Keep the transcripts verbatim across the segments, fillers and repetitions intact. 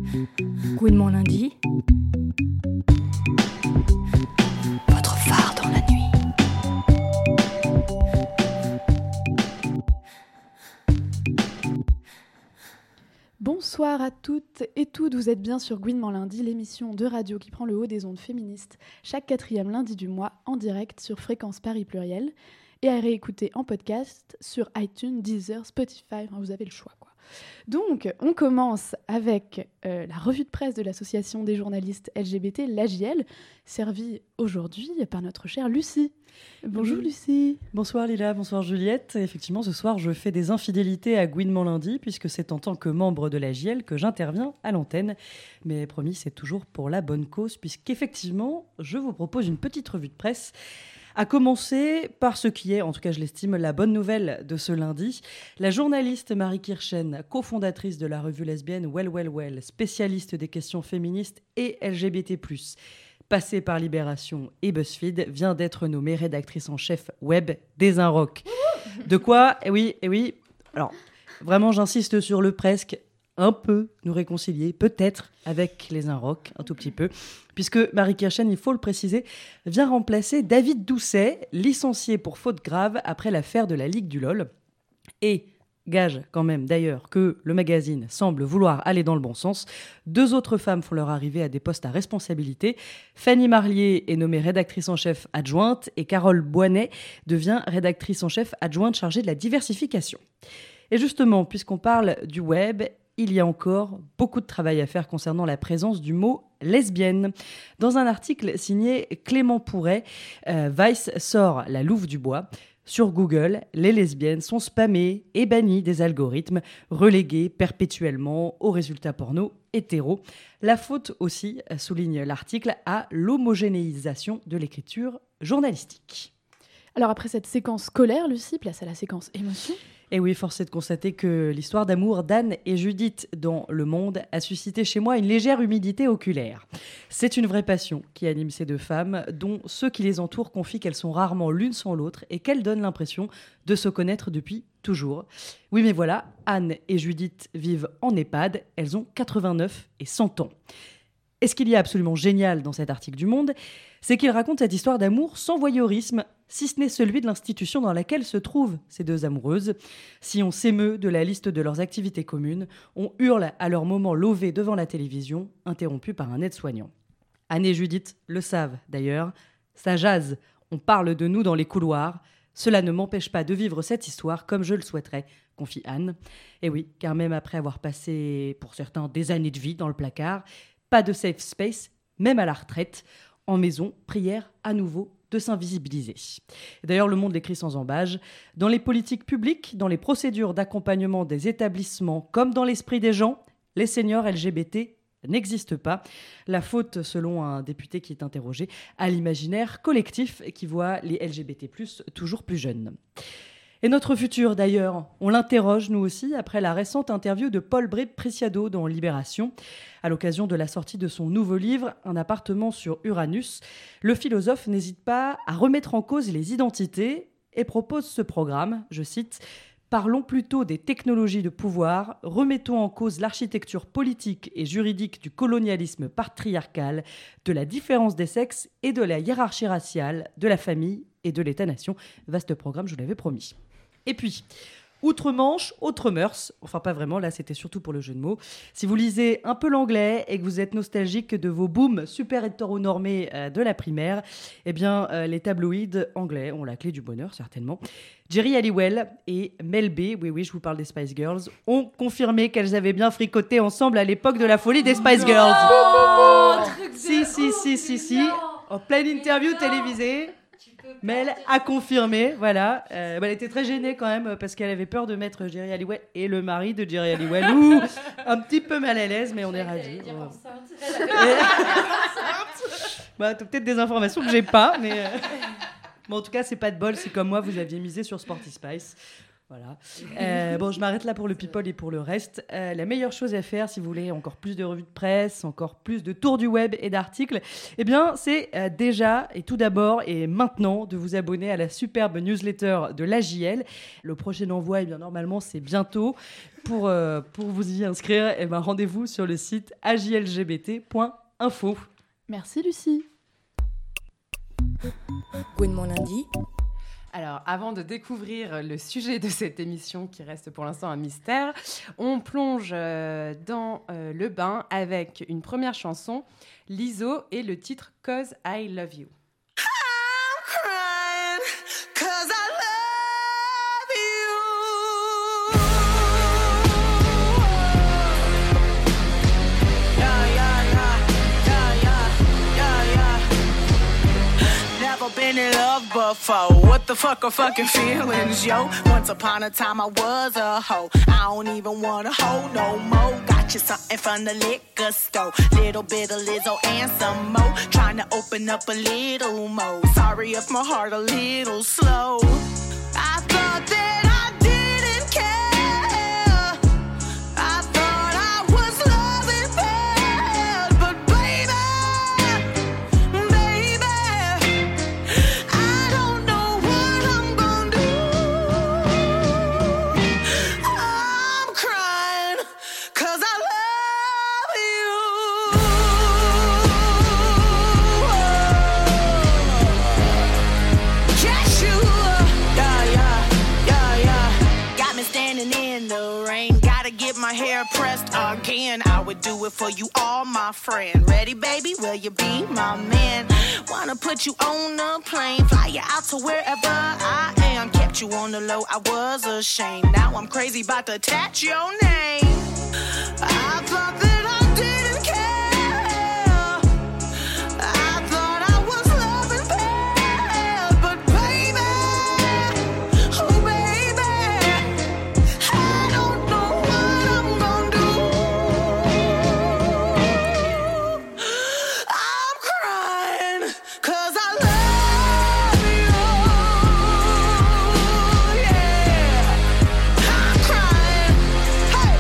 Gouinement lundi. Votre phare dans la nuit. Bonsoir à toutes et tous, vous êtes bien sur Gouinement lundi, l'émission de radio qui prend le haut des ondes féministes chaque quatrième lundi du mois en direct sur Fréquence Paris Pluriel et à réécouter en podcast sur iTunes, Deezer, Spotify, enfin, vous avez le choix quoi. Donc, on commence avec euh, la revue de presse de l'association des journalistes L G B T, l'A J L, servie aujourd'hui par notre chère Lucie. Bonjour oui. Lucie. Bonsoir Lila, bonsoir Juliette. Effectivement, ce soir, je fais des infidélités à Gouinement lundi, puisque c'est en tant que membre de l'A J L que j'interviens à l'antenne. Mais promis, c'est toujours pour la bonne cause, puisqu'effectivement, je vous propose une petite revue de presse. À commencer par ce qui est, en tout cas je l'estime, la bonne nouvelle de ce lundi. La journaliste Marie Kirchen, cofondatrice de la revue lesbienne Well Well Well, spécialiste des questions féministes et L G B T plus, passée par Libération et BuzzFeed, vient d'être nommée rédactrice en chef web des Inrocks. De quoi, eh oui, eh oui, alors vraiment j'insiste sur le presque, un peu nous réconcilier, peut-être, avec les Inrocks, un tout petit peu, puisque Marie Kirchen, il faut le préciser, vient remplacer David Doucet, licencié pour faute grave après l'affaire de la Ligue du LOL. Et, gage quand même d'ailleurs que le magazine semble vouloir aller dans le bon sens, deux autres femmes font leur arrivée à des postes à responsabilité. Fanny Marlier est nommée rédactrice en chef adjointe et Carole Boinet devient rédactrice en chef adjointe chargée de la diversification. Et justement, puisqu'on parle du web, il y a encore beaucoup de travail à faire concernant la présence du mot lesbienne. Dans un article signé Clément Pourret, euh, Vice sort la louve du bois. Sur Google, les lesbiennes sont spammées et bannies des algorithmes, reléguées perpétuellement aux résultats porno hétéros. La faute aussi, souligne l'article, à l'homogénéisation de l'écriture journalistique. Alors après cette séquence scolaire, Lucie, place à la séquence émotion. Et oui, force est de constater que l'histoire d'amour d'Anne et Judith dans Le Monde a suscité chez moi une légère humidité oculaire. C'est une vraie passion qui anime ces deux femmes, dont ceux qui les entourent confient qu'elles sont rarement l'une sans l'autre et qu'elles donnent l'impression de se connaître depuis toujours. Oui, mais voilà, Anne et Judith vivent en EHPAD, elles ont quatre-vingt-neuf et cent ans. Et ce qu'il y a absolument génial dans cet article du Monde, c'est qu'il raconte cette histoire d'amour sans voyeurisme, si ce n'est celui de l'institution dans laquelle se trouvent ces deux amoureuses. Si on s'émeut de la liste de leurs activités communes, on hurle à leur moment lové devant la télévision, interrompu par un aide-soignant. Anne et Judith le savent d'ailleurs, ça jase, on parle de nous dans les couloirs. Cela ne m'empêche pas de vivre cette histoire comme je le souhaiterais, confie Anne. Et oui, car même après avoir passé, pour certains, des années de vie dans le placard, pas de safe space, même à la retraite. En maison, prière à nouveau de s'invisibiliser. D'ailleurs, Le Monde l'écrit sans embâge. Dans les politiques publiques, dans les procédures d'accompagnement des établissements, comme dans l'esprit des gens, les seniors L G B T n'existent pas. La faute, selon un député qui est interrogé, à l'imaginaire collectif qui voit les L G B T plus, toujours plus jeunes. Et notre futur, d'ailleurs, on l'interroge, nous aussi, après la récente interview de Paul Bré-Preciado dans Libération. À l'occasion de la sortie de son nouveau livre, Un appartement sur Uranus, le philosophe n'hésite pas à remettre en cause les identités et propose ce programme, je cite, « Parlons plutôt des technologies de pouvoir, remettons en cause l'architecture politique et juridique du colonialisme patriarcal, de la différence des sexes et de la hiérarchie raciale, de la famille et de l'État-nation. » Vaste programme, je vous l'avais promis. Et puis, outre-Manche, autre mœurs. Enfin, pas vraiment, là, c'était surtout pour le jeu de mots. Si vous lisez un peu l'anglais et que vous êtes nostalgique de vos booms super hétéronormés euh, de la primaire, eh bien, euh, les tabloïds anglais ont la clé du bonheur, certainement. Jerry Halliwell et Mel B, oui, oui, je vous parle des Spice Girls, ont confirmé qu'elles avaient bien fricoté ensemble à l'époque de la folie des Spice Girls. Oh, si, si, si, si, si, en pleine interview télévisée. Mais elle a confirmé, voilà. Euh, bah, elle était très gênée quand même parce qu'elle avait peur de mettre Jerry Halliwell et le mari de Jerry Halliwell. Ouh, un petit peu mal à l'aise, mais on est ravis. Bah, t'as peut-être des informations que j'ai pas, mais euh... bon, en tout cas, c'est pas de bol si comme moi vous aviez misé sur Sporty Spice. Voilà. Euh, bon, je m'arrête là pour le people et pour le reste. Euh, la meilleure chose à faire, si vous voulez encore plus de revues de presse, encore plus de tours du web et d'articles, eh bien, c'est euh, déjà et tout d'abord et maintenant de vous abonner à la superbe newsletter de l'A J L. Le prochain envoi, eh bien, normalement, c'est bientôt. Pour, euh, pour vous y inscrire, eh ben, rendez-vous sur le site a j l g b t point info. Merci Lucie. Gwen mon lundi. Alors, avant de découvrir le sujet de cette émission, qui reste pour l'instant un mystère, on plonge euh, dans euh, le bain avec une première chanson, Lizzo, et le titre « Cause I Love You ». Been in love before. What the fuck are fucking feelings, yo? Once upon a time I was a hoe. I don't even wanna hoe no more. Got you something from the liquor store. Little bit of Lizzo and some more. Trying to open up a little more. Sorry if my heart a little slow. I thought that I didn't care. I thought I was loving bad. But baby, baby, I don't know what I'm gonna do. I'm crying 'cause I love you. Yes, you. Yeah, yeah, yeah, yeah. Got me standing in the rain. Gotta get my hair pressed again. I would do it for you, all my friend. Ready, baby? Will you be my man? Wanna put you on a plane, fly you out to wherever I am. Kept you on the low, I was ashamed. Now I'm crazy about to attach your name. I thought that I didn't care. I thought I was loving bad. But baby, oh baby, I don't know what I'm gonna do. I'm crying 'cause I love you. Yeah, I'm crying. Hey,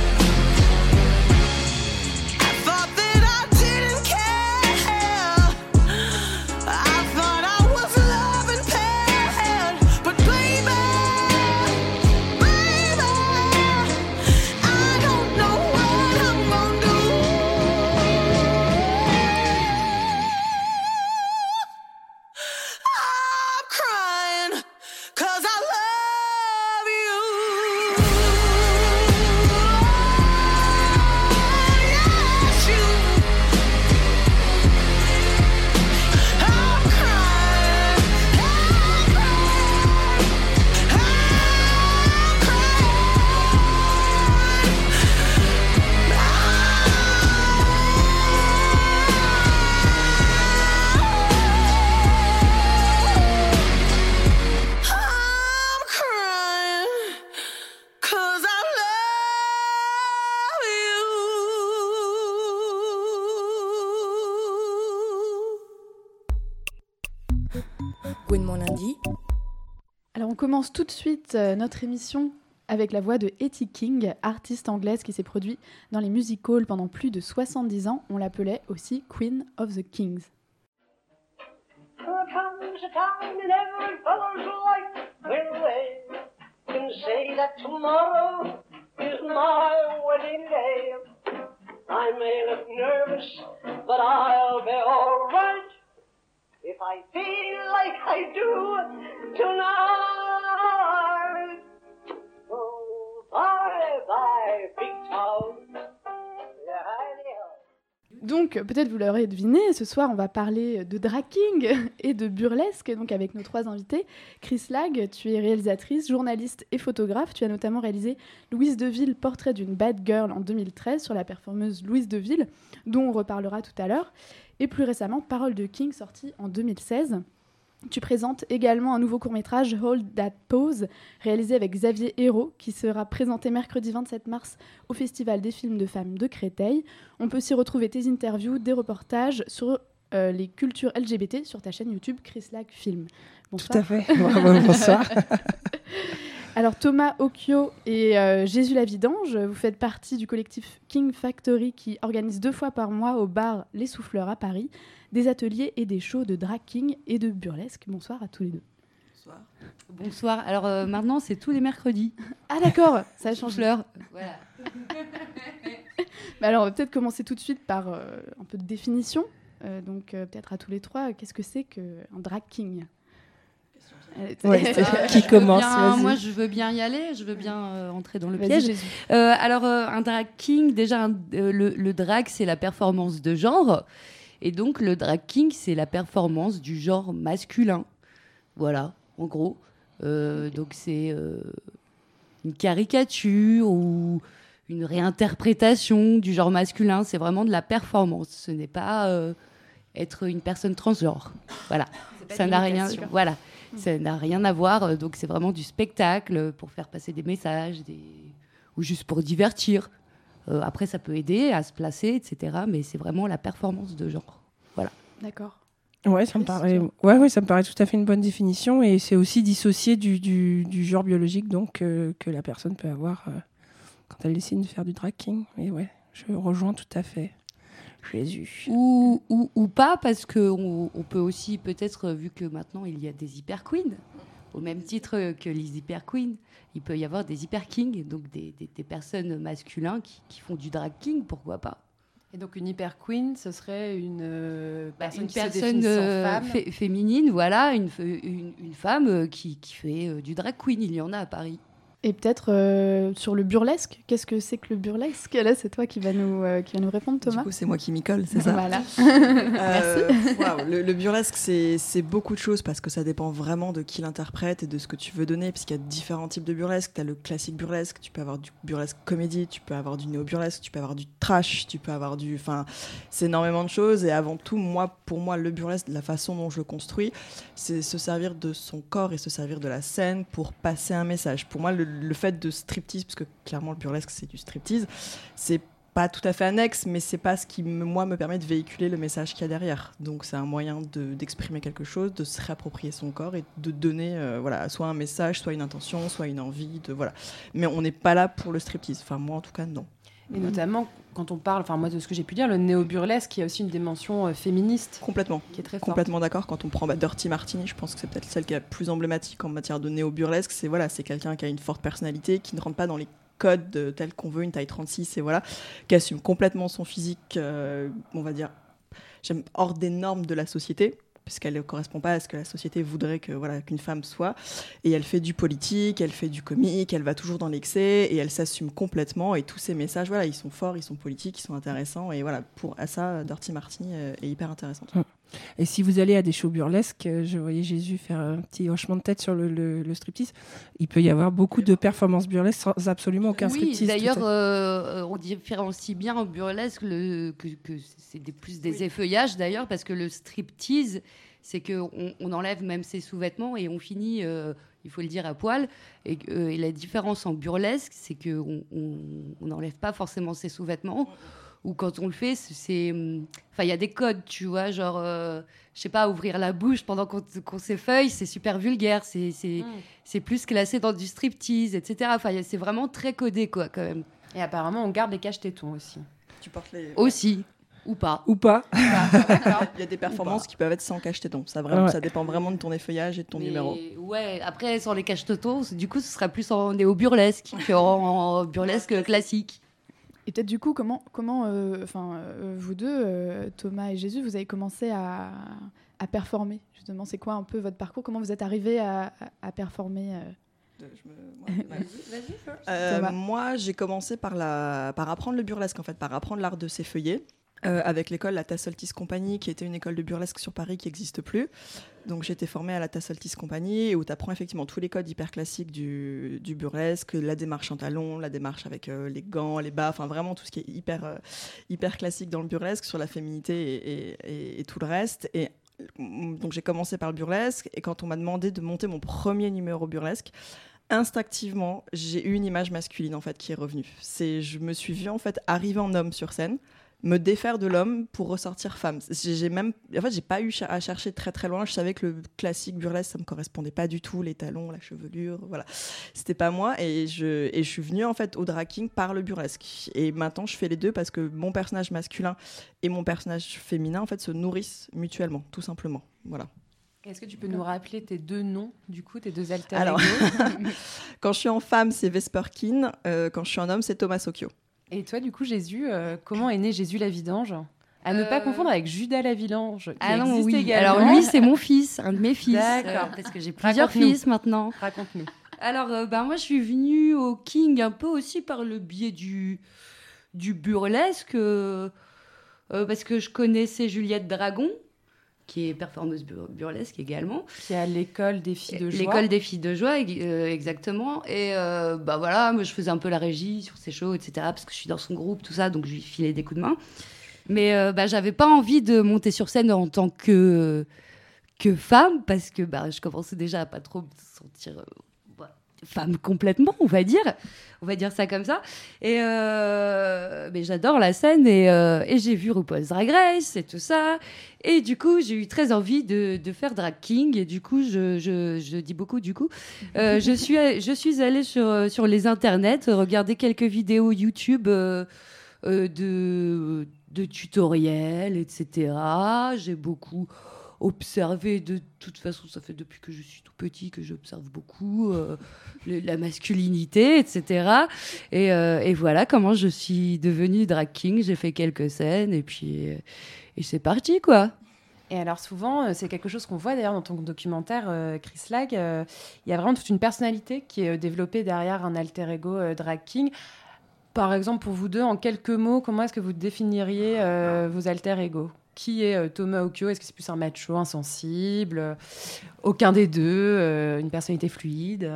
I thought that I didn't care. I thought I was loving bad. But baby, baby, I don't know what I'm gonna do. I'm crying 'cause I love you. Yes, you. I'm crying. I'm crying. I'm crying 'cause I love you. Gwen mon lundi. Alors on commence tout de suite euh, notre émission avec la voix de Hetty King, artiste anglaise qui s'est produite dans les music halls pendant plus de soixante-dix ans. On l'appelait aussi Queen of the Kings. There comes a time in every fellow's life when they can say that tomorrow is my wedding day. I may look nervous, but I'll be all right if I feel like I do tonight. Oh, bye bye, big town. Donc, peut-être vous l'aurez deviné, ce soir, on va parler de drag king et de burlesque, donc avec nos trois invités. Chris Lag, tu es réalisatrice, journaliste et photographe. Tu as notamment réalisé Louise Deville, portrait d'une bad girl en deux mille treize sur la performeuse Louise Deville, dont on reparlera tout à l'heure. Et plus récemment, Parole de King, sorti en deux mille seize. Tu présentes également un nouveau court-métrage, Hold That Pose, réalisé avec Xavier Hérault, qui sera présenté mercredi vingt-sept mars au Festival des films de femmes de Créteil. On peut aussi retrouver tes interviews, des reportages sur euh, les cultures L G B T sur ta chaîne YouTube Chris Lag Film. Bonsoir. Tout à fait. Bravo, bonsoir. Alors Thomas Occhio et euh, Jésus la Vidange, vous faites partie du collectif King Factory qui organise deux fois par mois au bar Les Souffleurs à Paris des ateliers et des shows de drag king et de burlesque. Bonsoir à tous les deux. Bonsoir. Bonsoir. Alors euh, maintenant, c'est tous les mercredis. Ah d'accord, ça a changé. Fleur. Voilà. Mais alors, on va peut-être commencer tout de suite par euh, un peu de définition. Euh, donc, euh, peut-être à tous les trois, qu'est-ce que c'est qu'un drag king ? Ouais, qui commence bien, vas-y. Moi, je veux bien y aller. Je veux bien euh, entrer dans le Vas-y, piège. Jésus. Euh, alors, euh, un drag king, déjà, un- euh, le, le drag, c'est la performance de genre. Et donc, le drag king, c'est la performance du genre masculin. Voilà, en gros. Euh, donc, c'est euh, une caricature ou une réinterprétation du genre masculin. C'est vraiment de la performance. Ce n'est pas euh, être une personne transgenre. Voilà. Ça n'a rien, voilà. Ça n'a rien à voir. Donc, c'est vraiment du spectacle pour faire passer des messages des... ou juste pour divertir. Euh, après, ça peut aider à se placer, et cetera. Mais c'est vraiment la performance de genre. Voilà. D'accord. Ouais, ça me paraît. Ouais, ouais, ça me paraît tout à fait une bonne définition, et c'est aussi dissocié du, du, du genre biologique donc euh, que la personne peut avoir euh, quand elle décide de faire du drag king. Et ouais, je rejoins tout à fait Jésus. Ou, ou, ou pas, parce qu'on on peut aussi, peut-être, vu que maintenant il y a des hyper queens, au même titre que les hyper queens, il peut y avoir des hyper kings, donc des, des, des personnes masculines qui, qui font du drag king, pourquoi pas. Et donc une hyper queen, ce serait une euh, Bah, personne une qui se personne définisse en euh, femme. fé- féminine, voilà, une, f- une, une femme euh, qui, qui fait euh, du drag queen, il y en a à Paris. Et peut-être euh, sur le burlesque, qu'est-ce que c'est que le burlesque ? Là, c'est toi qui va nous, euh, qui va nous répondre, Thomas. Du coup, c'est moi qui m'y colle, c'est ça. Voilà. Euh, waouh, le, le burlesque, c'est, c'est beaucoup de choses parce que ça dépend vraiment de qui l'interprète et de ce que tu veux donner, puisqu'il y a différents types de burlesque. Tu as le classique burlesque, tu peux avoir du burlesque comédie, tu peux avoir du néo-burlesque, tu peux avoir du trash, tu peux avoir du... Enfin, c'est énormément de choses. Et avant tout, moi, pour moi, le burlesque, la façon dont je le construis, c'est se servir de son corps et se servir de la scène pour passer un message. Pour moi, le, le fait de striptease, parce que clairement, le burlesque, c'est du striptease, c'est pas tout à fait annexe, mais c'est pas ce qui, me, moi, me permet de véhiculer le message qu'il y a derrière. Donc, c'est un moyen de, d'exprimer quelque chose, de se réapproprier son corps et de donner, euh, voilà, soit un message, soit une intention, soit une envie, de, voilà. Mais on n'est pas là pour le striptease. Enfin, moi, en tout cas, non. Et notamment, quand on parle, enfin moi de ce que j'ai pu dire, le néo-burlesque, il y a aussi une dimension euh, féministe Complètement. qui est très forte. Complètement d'accord. Quand on prend bah, Dirty Martini, je pense que c'est peut-être celle qui est la plus emblématique en matière de néo-burlesque. C'est, voilà, c'est quelqu'un qui a une forte personnalité, qui ne rentre pas dans les codes de, tels qu'on veut, une taille trente-six, et voilà, qui assume complètement son physique, euh, on va dire, j'aime, hors des normes de la société, puisqu'elle ne correspond pas à ce que la société voudrait que, voilà, qu'une femme soit. Et elle fait du politique, elle fait du comique, elle va toujours dans l'excès, et elle s'assume complètement. Et tous ces messages, voilà, ils sont forts, ils sont politiques, ils sont intéressants. Et voilà, pour à ça, Dirty Martini est hyper intéressante. Et si vous allez à des shows burlesques, euh, je voyais Jésus faire un petit hochement de tête sur le, le, le striptease, il peut y avoir beaucoup de performances burlesques sans absolument aucun Oui, striptease. d'ailleurs, tout à- euh, on différencie bien en burlesque le, que, que c'est des, plus des effeuillages, d'ailleurs, parce que le striptease, c'est qu'on on enlève même ses sous-vêtements et on finit, euh, il faut le dire, à poil. Et, euh, et la différence en burlesque, c'est qu'on on n'enlève pas forcément ses sous-vêtements. Ou quand on le fait, c'est... Enfin, il y a des codes, tu vois, genre, euh, je sais pas, ouvrir la bouche pendant qu'on, qu'on s'effeuille, c'est super vulgaire, c'est, c'est, Mm. c'est plus classé dans du striptease, et cetera. Enfin, y a- c'est vraiment très codé, quoi, quand même. Et apparemment, on garde les caches-tétons aussi. Tu portes les... Aussi, ou pas. Ou pas. Il y a des performances qui peuvent être sans cache-téton. Ça, vraiment, Ouais. ça dépend vraiment de ton effeuillage et de ton Mais numéro. ouais, après, sans les cache-tétons, du coup, ce sera plus en néo-burlesque qu'en en burlesque classique. Et peut-être du coup, comment, comment euh, enfin, euh, vous deux, euh, Thomas et Jésus, vous avez commencé à, à performer, justement. C'est quoi un peu votre parcours ? Comment vous êtes arrivés à, à, à performer euh... De- je me- moi, Vas-y, Euh, Thomas. moi, j'ai commencé par, la... par apprendre le burlesque, en fait, par apprendre l'art de s'effeuiller. Euh, avec l'école La Tassoltis Compagnie, qui était une école de burlesque sur Paris qui n'existe plus. Donc j'ai été formée à la Tassoltis Compagnie, où tu apprends effectivement tous les codes hyper classiques du, du burlesque, la démarche en talons, la démarche avec euh, les gants, les bas, enfin vraiment tout ce qui est hyper, euh, hyper classique dans le burlesque, sur la féminité et, et, et, et tout le reste. Et donc j'ai commencé par le burlesque, et quand on m'a demandé de monter mon premier numéro burlesque, instinctivement, j'ai eu une image masculine en fait qui est revenue. C'est, je me suis vue en fait arriver en homme sur scène. me défaire de l'homme pour ressortir femme. J'ai, j'ai même, en fait, j'ai pas eu à chercher très très loin. Je savais que le classique burlesque, ça me correspondait pas du tout, les talons, la chevelure, voilà. C'était pas moi, et je, et je suis venue en fait au drag king par le burlesque. Et maintenant, je fais les deux parce que mon personnage masculin et mon personnage féminin en fait se nourrissent mutuellement, tout simplement. Voilà. Est-ce que tu peux nous rappeler tes deux noms, du coup, tes deux alter Alors, ego? Quand je suis en femme, c'est Vesperkin. Euh, quand je suis en homme, c'est Thomas Occhio. Et toi, du coup, Jésus, euh, comment est né Jésus la Vidange? À ne pas Euh, confondre avec Judas la Vidange, qui Ah non, existe oui. également. Alors lui, c'est mon fils, un de mes fils. D'accord. euh, parce que j'ai plusieurs Raconte-nous. fils maintenant. Raconte-nous. Alors, euh, ben, moi, je suis venue au King un peu aussi par le biais du, du burlesque, euh, euh, parce que je connaissais Juliette Dragon, qui est performeuse bur- burlesque également. Qui est à l'école des filles de joie. L'école des filles de joie, ex- euh, exactement. Et euh, bah voilà, moi, je faisais un peu la régie sur ces shows, et cetera, parce que je suis dans son groupe, tout ça, donc je lui filais des coups de main. Mais euh, bah, j'avais pas envie de monter sur scène en tant que, que femme, parce que bah, je commençais déjà à pas trop me sentir... Euh, femme complètement, on va dire. On va dire ça comme ça. Et euh, mais j'adore la scène et, euh, et j'ai vu RuPaul's Drag Race et tout ça. Et du coup, j'ai eu très envie de, de faire drag king. Et du coup, je, je, je dis beaucoup du coup. Euh, je, suis, je suis allée sur, sur les internets, regarder quelques vidéos YouTube euh, euh, de, de tutoriels, et cetera. J'ai beaucoup... observer, de toute façon ça fait depuis que je suis tout petit que j'observe beaucoup euh, le, la masculinité, et cetera. Et, euh, et voilà comment je suis devenue drag king. J'ai fait quelques scènes et puis euh, et c'est parti quoi. Et alors souvent, euh, c'est quelque chose qu'on voit d'ailleurs dans ton documentaire, euh, Chris Lag, il euh, y a vraiment toute une personnalité qui est euh, développée derrière un alter ego euh, drag king. Par exemple, pour vous deux, en quelques mots, comment est-ce que vous définiriez euh, vos alter ego? Qui est euh, Thomas Occhio? Est-ce que c'est plus un macho insensible? euh, Aucun des deux? euh, Une personnalité fluide?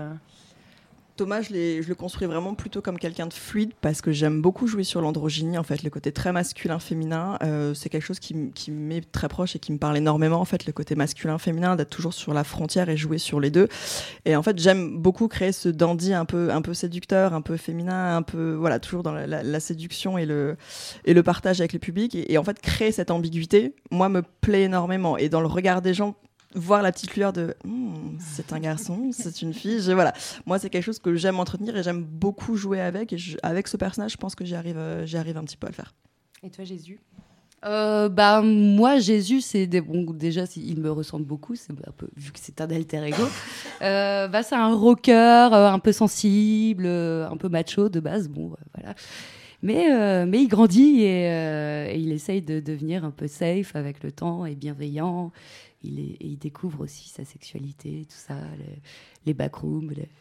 Thomas, je, l'ai- je le construis vraiment plutôt comme quelqu'un de fluide parce que j'aime beaucoup jouer sur l'androgynie, en fait, le côté très masculin-féminin. Euh, c'est quelque chose qui, m- qui m'est très proche et qui me parle énormément, en fait, le côté masculin-féminin, d'être toujours sur la frontière et jouer sur les deux. Et en fait, j'aime beaucoup créer ce dandy un peu, un peu séducteur, un peu féminin, un peu, voilà, toujours dans la, la- la séduction et le, et le partage avec le public. Et, et en fait, créer cette ambiguïté, moi, me plaît énormément. Et dans le regard des gens, voir la petite lueur de hmm, c'est un garçon, c'est une fille, je, voilà. Moi, c'est quelque chose que j'aime entretenir et j'aime beaucoup jouer avec. Et je- avec ce personnage, je pense que j'y arrive, euh, j'y arrive un petit peu à le faire. Et toi, Jésus? Euh, bah moi Jésus c'est des, bon, déjà c'est- il me ressemble beaucoup, c'est un peu, vu que c'est un alter ego. euh, bah c'est un rocker euh, un peu sensible, euh, un peu macho de base, bon euh, voilà. Mais, euh, mais il grandit et, euh, et il essaye de devenir un peu safe avec le temps et bienveillant. Il, est, et il découvre aussi sa sexualité, tout ça, les, les backrooms, les,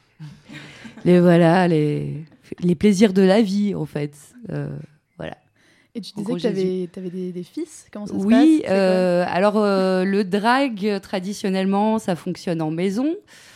les, voilà, les, les plaisirs de la vie, en fait. Euh, voilà. Et tu En disais gros, que tu avais des, des fils. Comment ça se passe? Oui, C'est quoi euh, alors euh, le drag, traditionnellement, ça fonctionne en maison.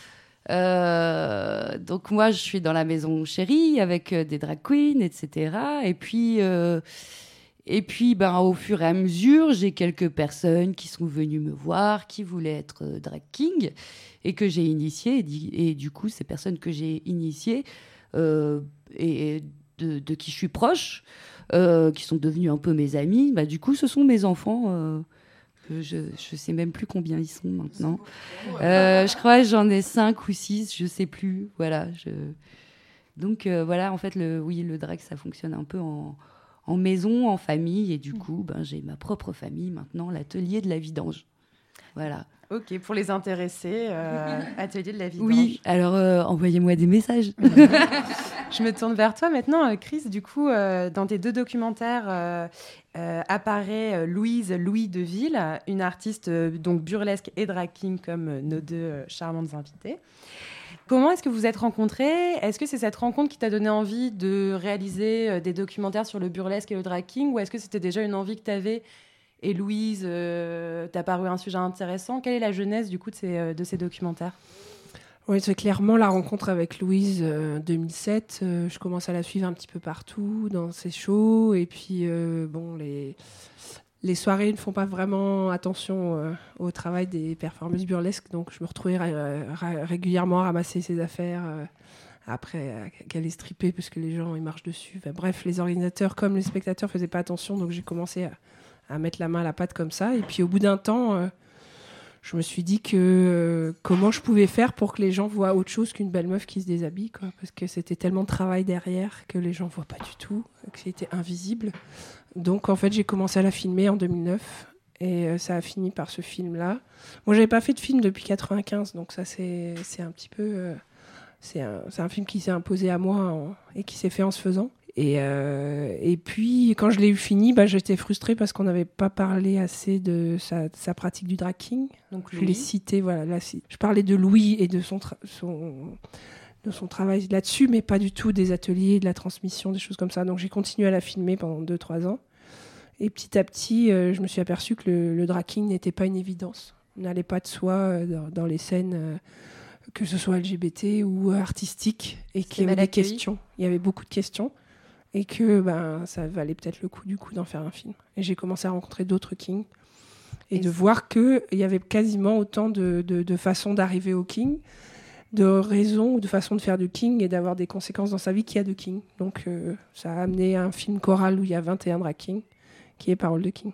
Euh, donc moi, je suis dans la maison chérie avec euh, des drag queens, et cetera. Et puis, euh, et puis ben, au fur et à mesure, j'ai quelques personnes qui sont venues me voir, qui voulaient être euh, drag king et que j'ai initié. Et, di- et du coup, ces personnes que j'ai initiées euh, et et de, de qui je suis proche, euh, qui sont devenus un peu mes amis, bah, du coup, ce sont mes enfants. Euh, que je ne sais même plus combien ils sont maintenant. Euh, je crois que j'en ai cinq ou six, je sais plus. Voilà. Je... Donc euh, voilà, en fait, le, oui, le drag, ça fonctionne un peu en, en maison, en famille. Et du coup, ben, j'ai ma propre famille maintenant, l'atelier de la vidange. Voilà. Ok, pour les intéressés, euh, atelier de la vidange. Oui, alors euh, envoyez-moi des messages. Je me tourne vers toi maintenant, euh, Chris. Du coup, euh, dans tes deux documentaires, euh, euh, apparaît euh, Louise Louis Deville, une artiste euh, donc burlesque et drag king comme euh, nos deux euh, charmantes invitées. Comment est-ce que vous êtes rencontrés? Est-ce que c'est cette rencontre qui t'a donné envie de réaliser euh, des documentaires sur le burlesque et le drag king, ou est-ce que c'était déjà une envie que tu avais et Louise euh, t'a paru un sujet intéressant? Quelle est la genèse du coup de ces, euh, de ces documentaires? Oui, c'est clairement la rencontre avec Louise euh, deux mille sept. Euh, je commence à la suivre un petit peu partout, dans ses shows. Et puis, euh, bon, les, les soirées ne font pas vraiment attention euh, au travail des performeuses burlesques. Donc, je me retrouvais ra- ra- régulièrement à ramasser ses affaires, euh, après qu'elle est strippée parce que les gens ils marchent dessus. Enfin, bref, les organisateurs comme les spectateurs faisaient pas attention, donc j'ai commencé à, à mettre la main à la pâte comme ça. Et puis au bout d'un temps, euh, je me suis dit que euh, comment je pouvais faire pour que les gens voient autre chose qu'une belle meuf qui se déshabille, quoi, parce que c'était tellement de travail derrière que les gens voient pas du tout, que c'était invisible. Donc en fait, j'ai commencé à la filmer en deux mille neuf. Et euh, ça a fini par ce film-là. Moi, j'avais pas fait de film depuis quatre-vingt-quinze, donc ça, c'est, c'est un petit peu... Euh, c'est, un, c'est un film qui s'est imposé à moi en, et qui s'est fait en se faisant. Et, euh, et puis, quand je l'ai eu fini, bah, j'étais frustrée parce qu'on n'avait pas parlé assez de sa, de sa pratique du drag king. Donc, je l'ai cité, voilà. Là, je parlais de Louis et de son, tra- son, de son travail là-dessus, mais pas du tout des ateliers, de la transmission, des choses comme ça. Donc, j'ai continué à la filmer pendant deux trois ans. Et petit à petit, euh, je me suis aperçue que le, le drag king n'était pas une évidence. On n'allait pas de soi euh, dans, dans les scènes, euh, que ce soit L G B T ou euh, artistiques, et qu'il y avait des questions. Il y avait beaucoup de questions, et que ben, ça valait peut-être le coup du coup d'en faire un film. Et j'ai commencé à rencontrer d'autres kings, et, et de voir qu'il y avait quasiment autant de, de, de façons d'arriver au king, de raisons ou de façons de faire du king et d'avoir des conséquences dans sa vie qu'il y a de king. Donc euh, ça a amené à un film choral où il y a vingt et un drag kings, qui est Parole de King.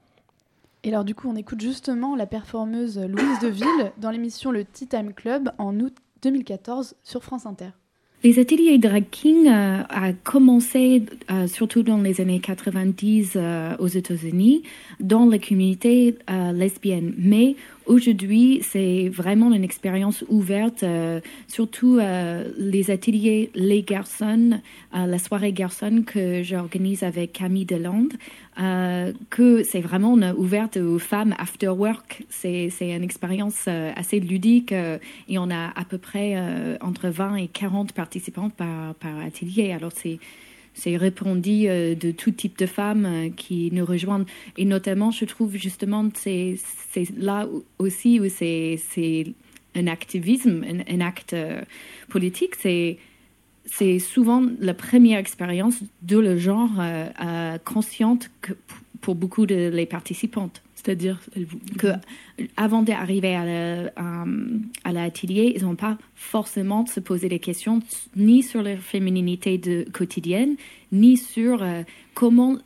Et alors du coup, on écoute justement la performeuse Louise Deville dans l'émission Le Tea Time Club en août deux mille quatorze sur France Inter. Les ateliers drag king euh, a commencé euh, surtout dans les années quatre-vingt-dix euh, aux États-Unis, dans la communauté euh, lesbienne. Mais aujourd'hui, c'est vraiment une expérience ouverte, euh, surtout euh, les ateliers Les Garçons, euh, la soirée Garçons que j'organise avec Camille Delande, euh, que c'est vraiment ouverte aux femmes after work. C'est, c'est une expérience euh, assez ludique euh, et on a à peu près euh, entre vingt et quarante participants par, par atelier. Alors c'est C'est répandu euh, de tout type de femmes euh, qui nous rejoignent. Et notamment, je trouve justement, c'est, c'est là aussi où c'est, c'est un activisme, un, un acte euh, politique. C'est, c'est souvent la première expérience de le genre euh, euh, consciente que pour beaucoup de les participantes. C'est-à-dire que avant d'arriver à, la, à, à l'atelier, ils n'ont pas forcément se poser des questions ni sur leur fémininité de, quotidienne, ni sur euh, comment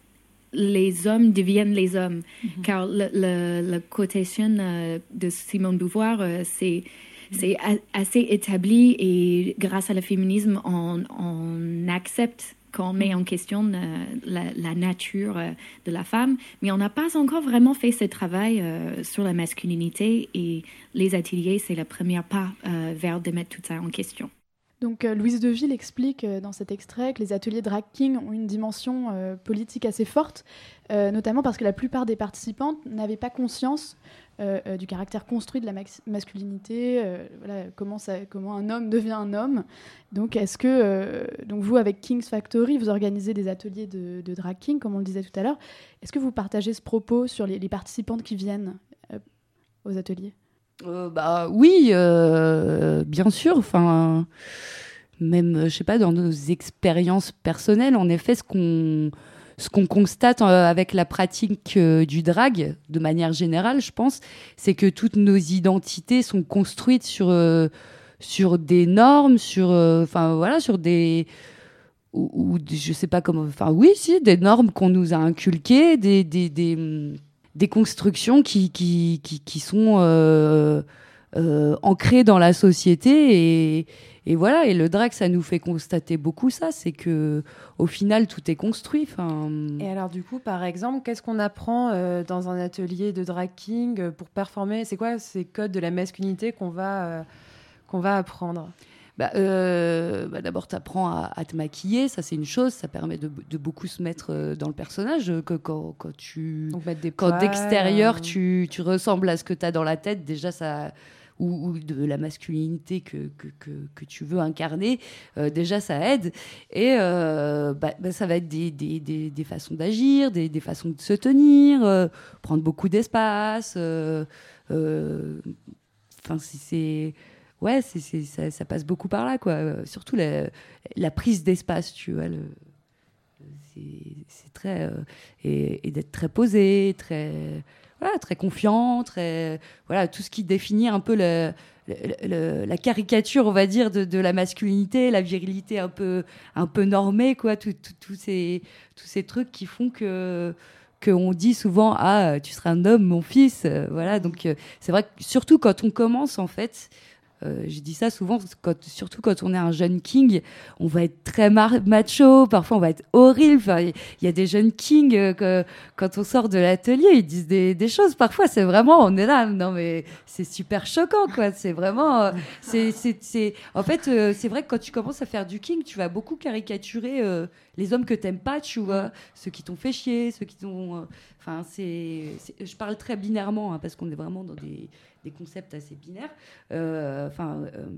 les hommes deviennent les hommes. Mm-hmm. Car le, le, la quotation euh, de Simone de Beauvoir, euh, c'est, mm-hmm. c'est a, assez établi et grâce à le féminisme, on, on accepte qu'on met en question euh, la, la nature euh, de la femme, mais on n'a pas encore vraiment fait ce travail euh, sur la masculinité et les ateliers, c'est le premier pas euh, vers de mettre tout ça en question. Donc euh, Louise Deville explique euh, dans cet extrait que les ateliers drag king ont une dimension euh, politique assez forte, euh, notamment parce que la plupart des participantes n'avaient pas conscience euh, euh, du caractère construit de la max- masculinité, euh, voilà, comment, ça, comment un homme devient un homme. Donc est-ce que, euh, donc vous avec King's Factory, vous organisez des ateliers de, de drag king, comme on le disait tout à l'heure. Est-ce que vous partagez ce propos sur les, les participantes qui viennent euh, aux ateliers ? Euh, bah oui, euh, bien sûr. Enfin, même, je sais pas, dans nos expériences personnelles, en effet, ce qu'on ce qu'on constate euh, avec la pratique euh, du drag, de manière générale, je pense, c'est que toutes nos identités sont construites sur euh, sur des normes, sur, enfin euh, voilà, sur des ou, ou je sais pas comment, enfin oui, si, des normes qu'on nous a inculquées, des des, des des constructions qui, qui, qui, qui sont euh, euh, ancrées dans la société et, et voilà, et le drag, ça nous fait constater beaucoup ça, c'est que au final tout est construit. Fin... Et alors du coup, par exemple, qu'est-ce qu'on apprend euh, dans un atelier de drag king pour performer ? C'est quoi ces codes de la masculinité qu'on va, euh, qu'on va apprendre ? Bah, euh, bah d'abord, tu apprends à, à te maquiller, ça c'est une chose, ça permet de, de beaucoup se mettre dans le personnage. Que quand, quand, tu, Donc, mettre des quand poils, d'extérieur euh... tu, tu ressembles à ce que tu as dans la tête, déjà ça, ou, ou de la masculinité que, que, que, que tu veux incarner, euh, déjà ça aide. Et euh, bah, bah, ça va être des, des, des, des façons d'agir, des, des façons de se tenir, euh, prendre beaucoup d'espace. Euh, euh, enfin, si c'est. Ouais, c'est, c'est, ça, ça passe beaucoup par là, quoi. Euh, surtout la, la prise d'espace, tu vois. Le, c'est, c'est très... Euh, et, et d'être très posé, très... voilà, très confiant, très, voilà, tout ce qui définit un peu le, le, le, la caricature, on va dire, de, de la masculinité, la virilité un peu, un peu normée, quoi, tous ces, tous ces trucs qui font que qu'on dit souvent ah tu seras un homme mon fils, euh, voilà, donc euh, c'est vrai que surtout quand on commence en fait. Euh, je dis ça souvent, quand, surtout quand on est un jeune king, on va être très mar- macho, parfois on va être horrible. Enfin, il y, y a des jeunes kings euh, que quand on sort de l'atelier, ils disent des, des choses. Parfois, c'est vraiment, on est là, non mais c'est super choquant, quoi. C'est vraiment, euh, c'est, c'est, c'est, en fait, euh, c'est vrai que quand tu commences à faire du king, tu vas beaucoup caricaturer euh, les hommes que t'aimes pas, tu vois, ceux qui t'ont fait chier, ceux qui t'ont, enfin, euh, c'est, c'est, je parle très binairement hein, parce qu'on est vraiment dans des des concepts assez binaires. Enfin, euh, euh,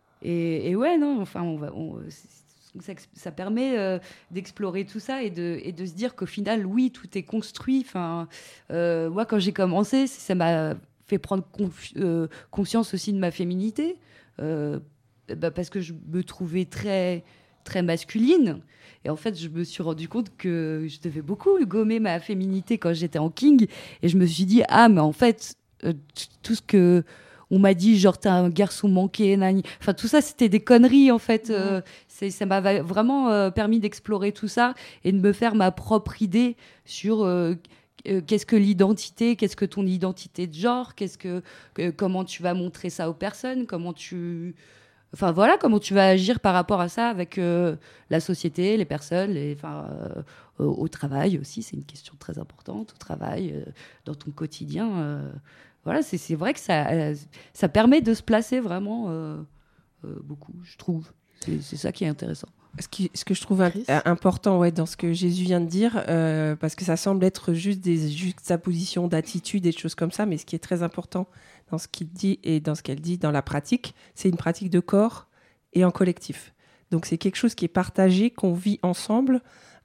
et, et ouais, non, enfin, on va, on, ça, ça permet euh, d'explorer tout ça et de, et de se dire qu'au final, oui, tout est construit. Enfin, euh, moi, quand j'ai commencé, ça m'a fait prendre conf, euh, conscience aussi de ma féminité, euh, bah, parce que je me trouvais très, très masculine. Et en fait, je me suis rendu compte que je devais beaucoup gommer ma féminité quand j'étais en king. Et je me suis dit, ah, mais en fait, Euh, tout ce que on m'a dit, genre t'es un garçon manqué, nani. Enfin tout ça c'était des conneries en fait. Euh, c'est, ça m'a vraiment euh, permis d'explorer tout ça et de me faire ma propre idée sur euh, euh, qu'est-ce que l'identité, qu'est-ce que ton identité de genre, qu'est-ce que euh, comment tu vas montrer ça aux personnes, comment tu Enfin voilà, comment tu vas agir par rapport à ça avec euh, la société, les personnes, les, enfin, euh, au, au travail aussi, c'est une question très importante, au travail, euh, dans ton quotidien. Euh, voilà, c'est, c'est vrai que ça, euh, ça permet de se placer vraiment euh, euh, beaucoup, je trouve. C'est, c'est ça qui est intéressant. Ce, qui, ce que je trouve Chris. important ouais, dans ce que Jésus vient de dire, euh, parce que ça semble être juste des juxtapositions d'attitudes et de choses comme ça, mais ce qui est très important dans ce qu'il dit et dans ce qu'elle dit dans la pratique, c'est une pratique de corps et en collectif. Donc c'est quelque chose qui est partagé, qu'on vit ensemble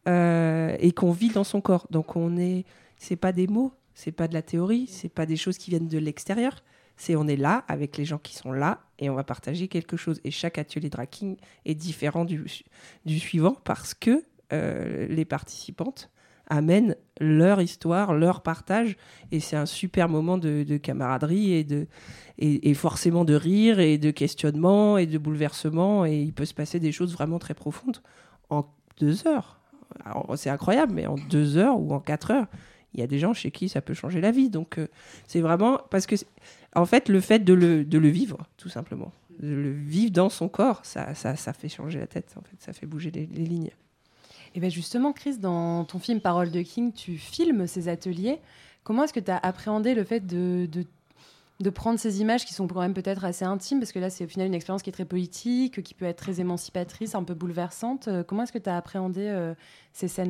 euh, et qu'on vit dans son corps. Donc on est, c'est pas des mots, c'est pas de la théorie, c'est pas des choses qui viennent de l'extérieur. C'est on est là avec les gens qui sont là et on va partager quelque chose. Et chaque atelier drag king est différent du, du suivant parce que euh, les participantes amènent leur histoire, leur partage. Et c'est un super moment de, de camaraderie et, de, et, et forcément de rire et de questionnement et de bouleversement. Et il peut se passer des choses vraiment très profondes en deux heures. Alors, c'est incroyable, mais en deux heures ou en quatre heures, il y a des gens chez qui ça peut changer la vie. Donc, euh, c'est vraiment... Parce que, en fait, le fait de le, de le vivre, tout simplement, de le vivre dans son corps, ça, ça, ça fait changer la tête, en fait. Ça fait bouger les, les lignes. Et bien justement, Chris, dans ton film Parole de King, tu filmes ces ateliers. Comment est-ce que tu as appréhendé le fait de, de, de prendre ces images qui sont quand même peut-être assez intimes, parce que là, c'est au final une expérience qui est très politique, qui peut être très émancipatrice, un peu bouleversante. Comment est-ce que tu as appréhendé euh, ces scènes-là ?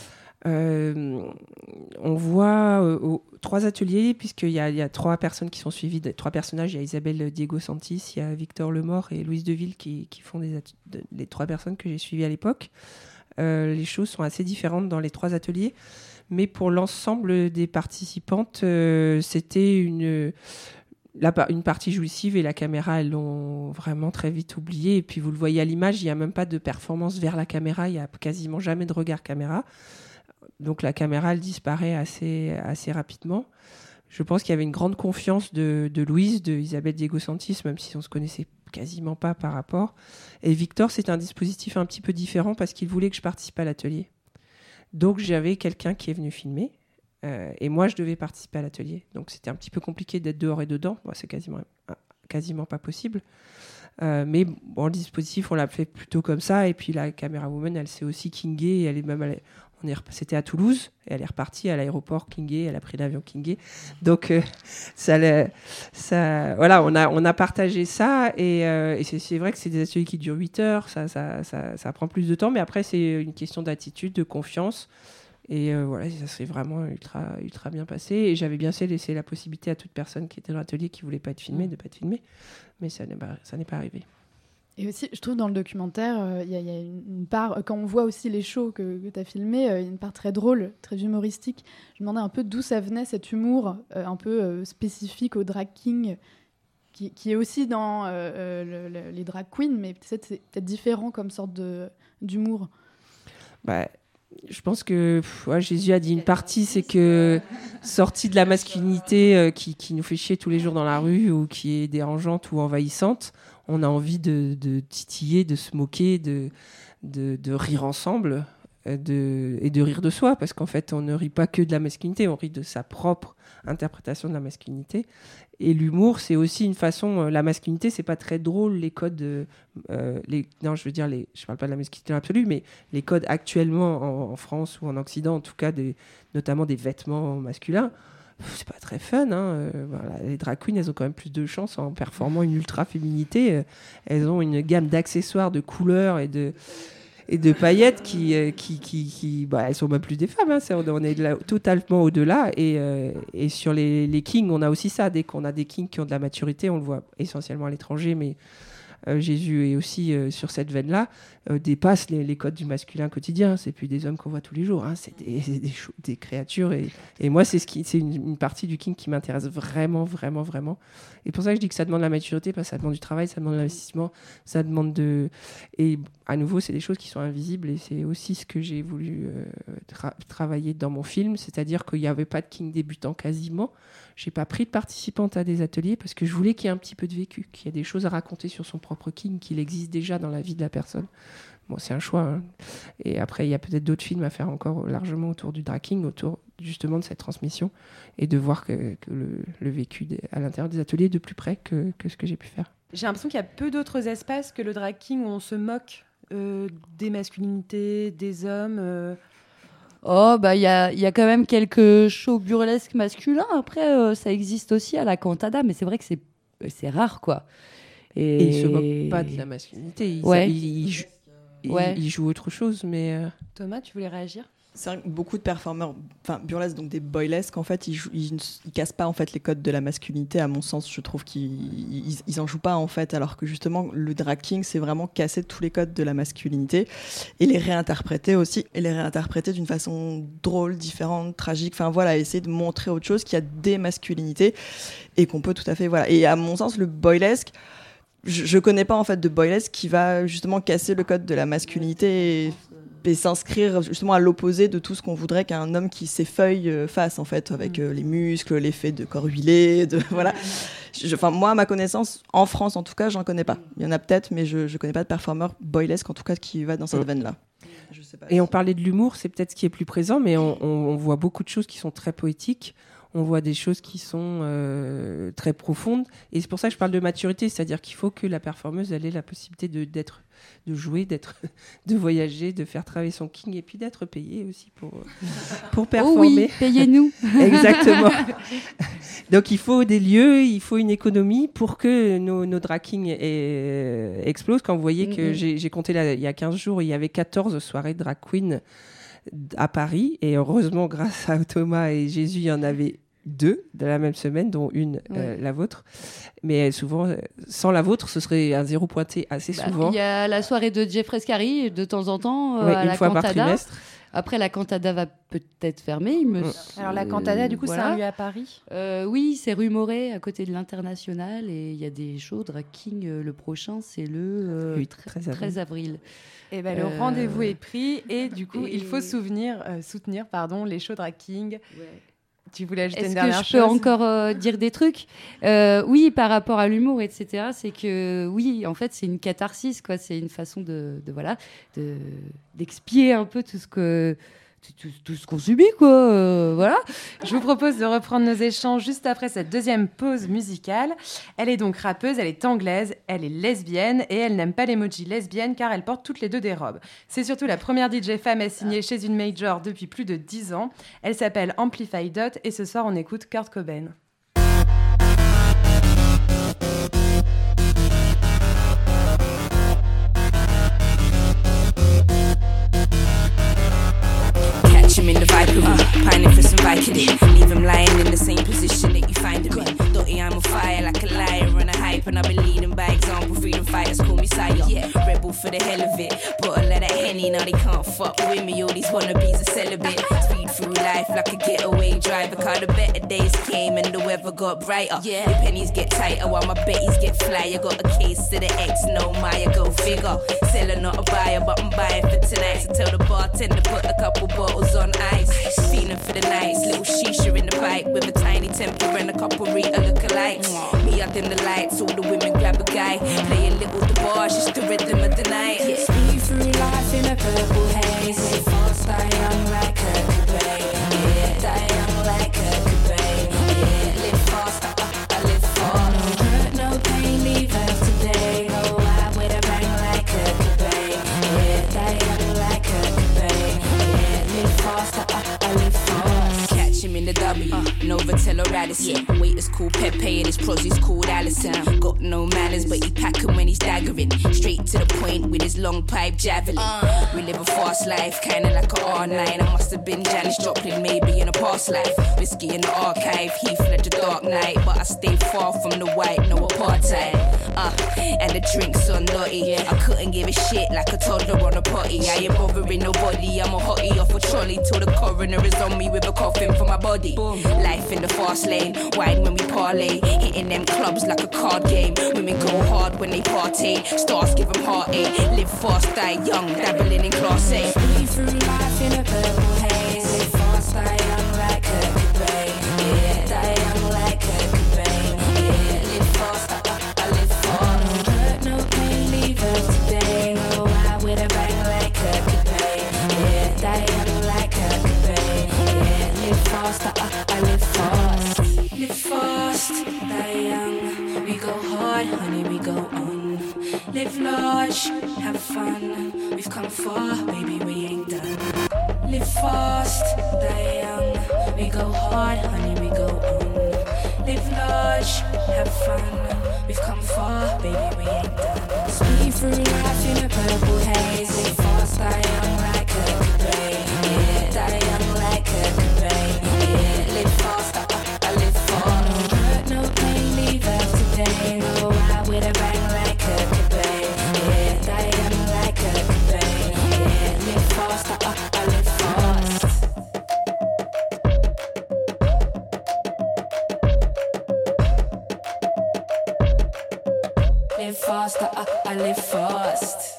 Euh, on voit euh, aux, trois ateliers, puisqu'il y a, il y a trois personnes qui sont suivies, trois personnages. Il y a Isabelle Diego Santis, il y a Victor Lemort et Louise Deville qui, qui font des atu- de, les trois personnes que j'ai suivies à l'époque. Euh, les choses sont assez différentes dans les trois ateliers, mais pour l'ensemble des participantes, euh, c'était une, la, une partie jouissive et la caméra, elles l'ont vraiment très vite oublié. Et puis vous le voyez à l'image, il n'y a même pas de performance vers la caméra, il n'y a quasiment jamais de regard caméra. Donc la caméra, elle disparaît assez, assez rapidement. Je pense qu'il y avait une grande confiance de, de Louise, de Isabelle Diego Santis, même si on ne se connaissait quasiment pas par rapport. Et Victor, c'est un dispositif un petit peu différent parce qu'il voulait que je participe à l'atelier. Donc j'avais quelqu'un qui est venu filmer euh, et moi, je devais participer à l'atelier. Donc c'était un petit peu compliqué d'être dehors et dedans. Bon, c'est quasiment, quasiment pas possible. Euh, mais bon, le dispositif, on l'a fait plutôt comme ça. Et puis la caméra woman, elle s'est aussi kingée. Elle est même allée... On est, c'était à Toulouse et elle est repartie à l'aéroport Kingé, elle a pris l'avion Kingé. Donc euh, ça, ça, voilà, on a, on a partagé ça et, euh, et c'est, c'est vrai que c'est des ateliers qui durent huit heures, ça, ça, ça, ça prend plus de temps, mais après c'est une question d'attitude, de confiance et euh, voilà, ça s'est vraiment ultra, ultra bien passé et j'avais bien laissé la possibilité à toute personne qui était dans l'atelier qui voulait pas être filmée de pas être filmée, mais ça n'est pas, ça n'est pas arrivé. Et aussi, je trouve dans le documentaire, il euh, y, y a une part, quand on voit aussi les shows que, que tu as filmés, il euh, y a une part très drôle, très humoristique. Je me demandais un peu d'où ça venait, cet humour euh, un peu euh, spécifique au drag king, qui, qui est aussi dans euh, le, le, les drag queens, mais peut-être c'est peut-être différent comme sorte de, d'humour. Bah, Je pense que pff, ouais, Jésus a dit une partie, c'est que sortie de la masculinité euh, qui, qui nous fait chier tous les jours dans la rue ou qui est dérangeante ou envahissante, on a envie de, de titiller, de se moquer, de, de, de rire ensemble euh, de, et de rire de soi, parce qu'en fait, on ne rit pas que de la masculinité, on rit de sa propre interprétation de la masculinité. Et l'humour, c'est aussi une façon... Euh, la masculinité, c'est pas très drôle, les codes... Euh, les, non, je veux dire, les, je parle pas de la masculinité absolue, mais les codes actuellement en, en France ou en Occident, en tout cas, des, notamment des vêtements masculins, pff, c'est pas très fun. Hein, euh, voilà. Les drag queens, elles ont quand même plus de chance en performant une ultra-féminité. Euh, elles ont une gamme d'accessoires, de couleurs et de... et de paillettes qui, euh, qui, qui, qui bah, elles sont même plus des femmes, hein, c'est, on est là, totalement au-delà. Et, euh, et sur les, les kings, on a aussi ça. Dès qu'on a des kings qui ont de la maturité, on le voit essentiellement à l'étranger, mais euh, Jésus est aussi euh, sur cette veine-là, euh, dépasse les, les codes du masculin quotidien. C'est plus des hommes qu'on voit tous les jours, hein, c'est des, des, des, des créatures. Et, et moi, c'est, ce qui, c'est une, une partie du king qui m'intéresse vraiment, vraiment, vraiment. Et pour ça que je dis que ça demande la maturité, parce que ça demande du travail, ça demande de l'investissement, ça demande de... Et à nouveau, c'est des choses qui sont invisibles, et c'est aussi ce que j'ai voulu euh, tra- travailler dans mon film, c'est-à-dire qu'il n'y avait pas de king débutant quasiment. Je n'ai pas pris de participante à des ateliers parce que je voulais qu'il y ait un petit peu de vécu, qu'il y ait des choses à raconter sur son propre king, qu'il existe déjà dans la vie de la personne. Bon, c'est un choix. Hein. Et après, il y a peut-être d'autres films à faire encore largement autour du drag king, autour justement de cette transmission, et de voir que, que le, le vécu des, à l'intérieur des ateliers est de plus près que, que ce que j'ai pu faire. J'ai l'impression qu'il y a peu d'autres espaces que le drag king où on se moque euh, des masculinités, des hommes. Euh... Oh, bah, il y a, y a quand même quelques shows burlesques masculins. Après, euh, ça existe aussi à la Cantada, mais c'est vrai que c'est, c'est rare, quoi. Et, et ils se moquent pas de la masculinité. Ils, ouais. ils, ils, jou- ouais. ils, ils jouent autre chose, mais... Euh... Thomas, tu voulais réagir ? C'est vrai que beaucoup de performeurs, enfin burlesques, donc des boylesques, en fait, ils, jouent, ils, ils cassent pas en fait les codes de la masculinité. À mon sens, je trouve qu'ils ils, ils en jouent pas en fait, alors que justement le drag king, c'est vraiment casser tous les codes de la masculinité et les réinterpréter aussi, et les réinterpréter d'une façon drôle, différente, tragique. Enfin voilà, essayer de montrer autre chose, qu'il y a des masculinités et qu'on peut tout à fait voilà. Et à mon sens, le boylesque, je, je connais pas en fait de boylesque qui va justement casser le code de la masculinité. Et, et s'inscrire justement à l'opposé de tout ce qu'on voudrait qu'un homme qui s'effeuille euh, fasse en fait, avec euh, les muscles, l'effet de corps huilé, de voilà. Enfin moi à ma connaissance, en France en tout cas, j'en connais pas. Il y en a peut-être, mais je je connais pas de performeur boylesque en tout cas qui va dans cette veine là. Je sais pas et si... on parlait de l'humour, c'est peut-être ce qui est plus présent, mais on, on, on voit beaucoup de choses qui sont très poétiques. On voit des choses qui sont euh, très profondes. Et c'est pour ça que je parle de maturité, c'est-à-dire qu'il faut que la performeuse elle ait la possibilité de, d'être, de jouer, d'être, de voyager, de faire travailler son king et puis d'être payée aussi pour, pour performer. Oh oui, payez-nous. Exactement. Donc il faut des lieux, il faut une économie pour que nos, nos drag kings euh, explosent. Quand vous voyez mm-hmm. que j'ai, j'ai compté là, il y a quinze jours, il y avait quatorze soirées drag queen à Paris, et heureusement grâce à Thomas et Jésus il y en avait deux de la même semaine, dont une ouais. euh, la vôtre, mais souvent euh, sans la vôtre ce serait un zéro pointé assez bah, souvent. Il y a la soirée de Jeffrey Scary de temps en temps euh, ouais, à une la fois Cantada. par trimestre. Après la Cantada va peut-être fermer. Il me... Alors la Cantada du coup voilà. C'est un lieu à Paris euh, Oui, c'est rue Moret à côté de l'International, et il y a des shows drag king. Euh, le prochain c'est le euh, oui, treize avril. Et ben, le euh... rendez-vous est pris, et du coup, et... il faut souvenir, euh, soutenir pardon, les shows drag king. Ouais. Tu voulais ajouter Est-ce une dernière chose ? Est-ce que je peux encore euh, dire des trucs ? euh, Oui, par rapport à l'humour, et cetera. C'est que, oui, en fait, c'est une catharsis, quoi. C'est une façon de, de, voilà, de, d'expier un peu tout ce que... Tout, tout, tout ce qu'on subit, quoi. Euh, voilà. Je vous propose de reprendre nos échanges juste après cette deuxième pause musicale. Elle est donc rappeuse, elle est anglaise, elle est lesbienne, et elle n'aime pas l'emoji lesbienne car elle porte toutes les deux des robes. C'est surtout la première D J femme à signer chez une major depuis plus de dix ans. Elle s'appelle Amplify Dot, et ce soir on écoute Kurt Cobain. In the vibe, Uh, pining for some Vicodin. Leave him lying in the same position that you find him in. Dirty, I'm on fire like a liar on a hype. And I've been leading by example. Freedom fighters call me sire. Yeah, rebel for the hell of it. Bottle of that Henny, now they can't fuck with me. All these wannabes are celibate. Speed through life like a getaway driver. Cause the better days came and the weather got brighter. Yeah, the pennies get tighter while my betties get flyer. Got a case to the X, no Maya, go figure. Seller not a buyer, but I'm buying for tonight. So tell the bartender put a couple bottles on ice. Feeling for the nights, little shisha in the bike with a tiny temper and a couple Rita lookalikes. Me out in the lights, all the women grab a guy. Play a little the bar, just the rhythm of the night. Yeah. Speed through life in a purple haze. Live fast, die young like a coupe. Yeah, die young like a coupe. Yeah, live fast, I, I live fast. No hurt, no pain, leave us today. Go out with a bang like a coupe. Yeah, die young like a coupe. Yeah, live fast, I, I live fast. Catch him in the W, uh, Novotel or Radisson. Yeah. Waiters call Pepe and his prozzies called Allison. Got no manners, but he pack him when he's staggering. Straight to the point with his long pipe javelin. Uh, we live a fast life, kinda like a R nine. I must have been Janis Joplin, maybe in a past life. Whiskey in the archive, Heath Ledger Dark Knight. But I stay far from the white, no apartheid. Uh, and the drinks are naughty. Yeah. I couldn't give a shit like a toddler on a potty. I ain't bothering nobody, I'm a hottie off a trolley till the coroner is on me with a coffin for my body. Boom. Life in the fast lane, wine when we parlay. Hitting them clubs like a card game. Women go hard when they party. Stars give them heartache. Live fast, die young, dabbling in class A. Speed through life in a purple haze. Live fast, die young like a coupe. Yeah, die young like a coupe. Yeah, live fast, I, I live fast. No hurt, no pain, leave us today. Go out with a bang like a coupe. Yeah, die young like a coupe. Yeah, live fast, I, I live fast. Live fast, die young. We go hard, honey, we go on. Live large, have fun. We've come far, baby, we ain't done. Live fast, die young. We go hard, honey, we go on. Live large, have fun. We've come far, baby, we ain't done. Speed through life in a purple haze. Live fast, die young like a coupe. Yeah, die young like a coupe. Yeah, live fast, I, I live fast. No hurt, no pain, leave us today. Go out with a bang like a coupe. Yeah, die young like a coupe. Yeah, live fast, I, I live fast. Live fast, I, I live fast.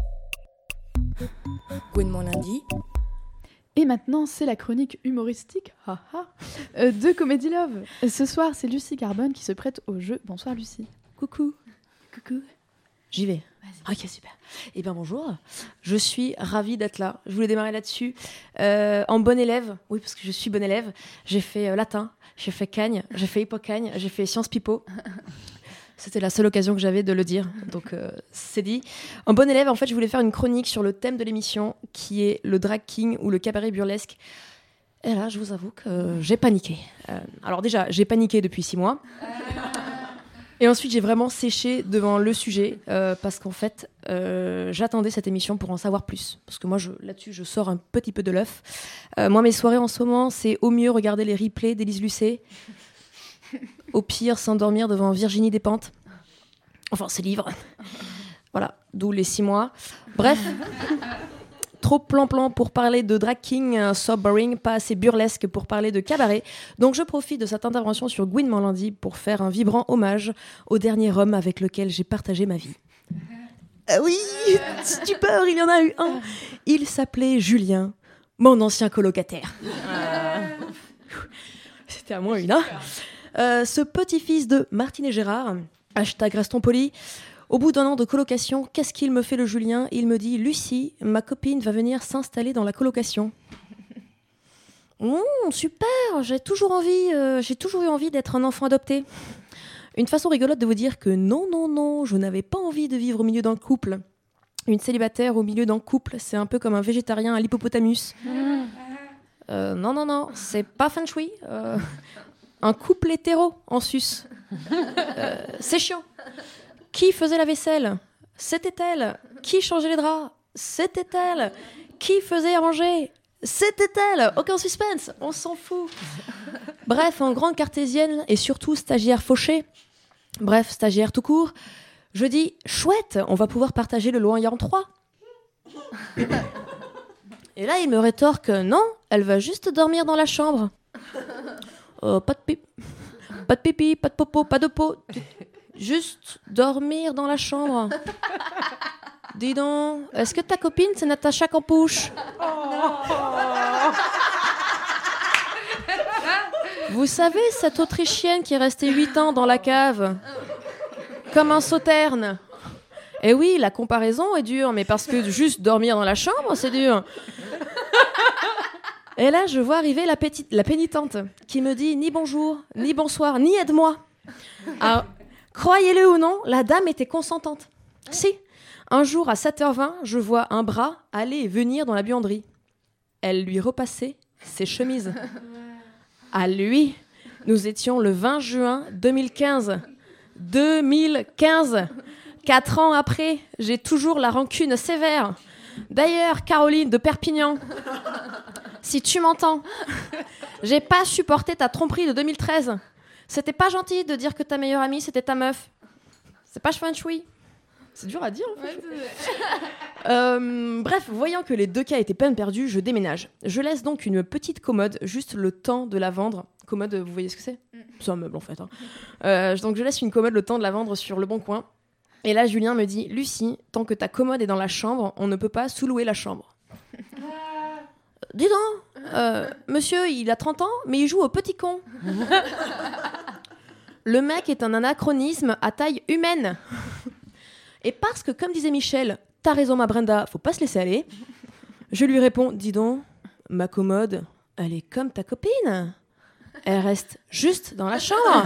Gwen mon lundi. Et maintenant, c'est la chronique humoristique ha, ha, euh, de Comedy Love. Ce soir, c'est Lucie Carbone qui se prête au jeu. Bonsoir Lucie. Coucou. Coucou. J'y vais. Vas-y. Ok, super. Eh bien, bonjour. Je suis ravie d'être là. Je voulais démarrer là-dessus. Euh, en bonne élève, oui, parce que je suis bonne élève, j'ai fait euh, latin, j'ai fait cagne, j'ai fait hippocagne, j'ai fait sciences pipo. C'était la seule occasion que j'avais de le dire, donc euh, c'est dit. En bonne élève, en fait, je voulais faire une chronique sur le thème de l'émission, qui est le drag king ou le cabaret burlesque. Et là, je vous avoue que j'ai paniqué. Euh, alors déjà, j'ai paniqué depuis six mois. Et ensuite, j'ai vraiment séché devant le sujet, euh, parce qu'en fait, euh, j'attendais cette émission pour en savoir plus. Parce que moi, je, là-dessus, je sors un petit peu de l'œuf. Euh, moi, mes soirées en ce moment, c'est au mieux regarder les replays d'Élise Lucet. Au pire, s'endormir devant Virginie Despentes. Enfin, ses livres. Voilà, d'où les six mois. Bref, trop plan-plan pour parler de drag king, uh, so boring, pas assez burlesque pour parler de cabaret. Donc je profite de cette intervention sur Gwen mon lundi pour faire un vibrant hommage au dernier homme avec lequel j'ai partagé ma vie. Ah oui, stupeur, il y en a eu un. Il s'appelait Julien, mon ancien colocataire. C'était à moi une, hein. Euh, ce petit-fils de Martine et Gérard, hashtag restons polis, au bout d'un an de colocation, qu'est-ce qu'il me fait le Julien ? Il me dit « Lucie, ma copine va venir s'installer dans la colocation. » Mmh, super, j'ai toujours envie, euh, j'ai toujours eu envie d'être un enfant adopté. Une façon rigolote de vous dire que non, non, non, je n'avais pas envie de vivre au milieu d'un couple. Une célibataire au milieu d'un couple, c'est un peu comme un végétarien à l'hippopotamus. Euh, non, non, non, c'est pas feng shui. Euh, un couple hétéro en sus. Euh, c'est chiant. Qui faisait la vaisselle ? C'était elle. Qui changeait les draps ? C'était elle. Qui faisait à manger ? C'était elle. Aucun suspense. On s'en fout. Bref, en grande cartésienne et surtout stagiaire fauchée, bref, stagiaire tout court, je dis chouette, on va pouvoir partager le loyer en trois. Et là, il me rétorque non, elle va juste dormir dans la chambre. Oh, pas de pipi, pas de pipi, pas de popo, pas de peau. Juste dormir dans la chambre. Dis donc, est-ce que ta copine, c'est Natacha Campouche? Vous savez, cette Autrichienne qui est restée huit ans dans la cave, comme un sauterne. Eh oui, la comparaison est dure, mais parce que juste dormir dans la chambre, c'est dur. Et là, je vois arriver la, péti- la pénitente qui me dit ni bonjour, ni bonsoir, ni aide-moi. Alors, croyez-le ou non, la dame était consentante. Si, un jour à sept heures vingt, je vois un bras aller et venir dans la buanderie. Elle lui repassait ses chemises. À lui, nous étions le vingt juin deux mille quinze. deux mille quinze. Quatre ans après, j'ai toujours la rancune sévère. D'ailleurs, Caroline de Perpignan, si tu m'entends, j'ai pas supporté ta tromperie de deux mille treize. C'était pas gentil de dire que ta meilleure amie, c'était ta meuf. C'est pas feng shui. C'est dur à dire, en fait. euh, bref, voyant que les deux cas étaient peine perdue, je déménage. Je laisse donc une petite commode, juste le temps de la vendre. Commode, vous voyez ce que c'est ? C'est un meuble, en fait. Hein. Euh, donc je laisse une commode le temps de la vendre sur Le Bon Coin. Et là, Julien me dit « Lucie, tant que ta commode est dans la chambre, on ne peut pas sous-louer la chambre. » Dis donc, euh, monsieur, il a trente ans, mais il joue au petit con. Le mec est un anachronisme à taille humaine. Et parce que, comme disait Michel, t'as raison ma Brenda, faut pas se laisser aller, je lui réponds, dis donc, ma commode, elle est comme ta copine. Elle reste juste dans la chambre.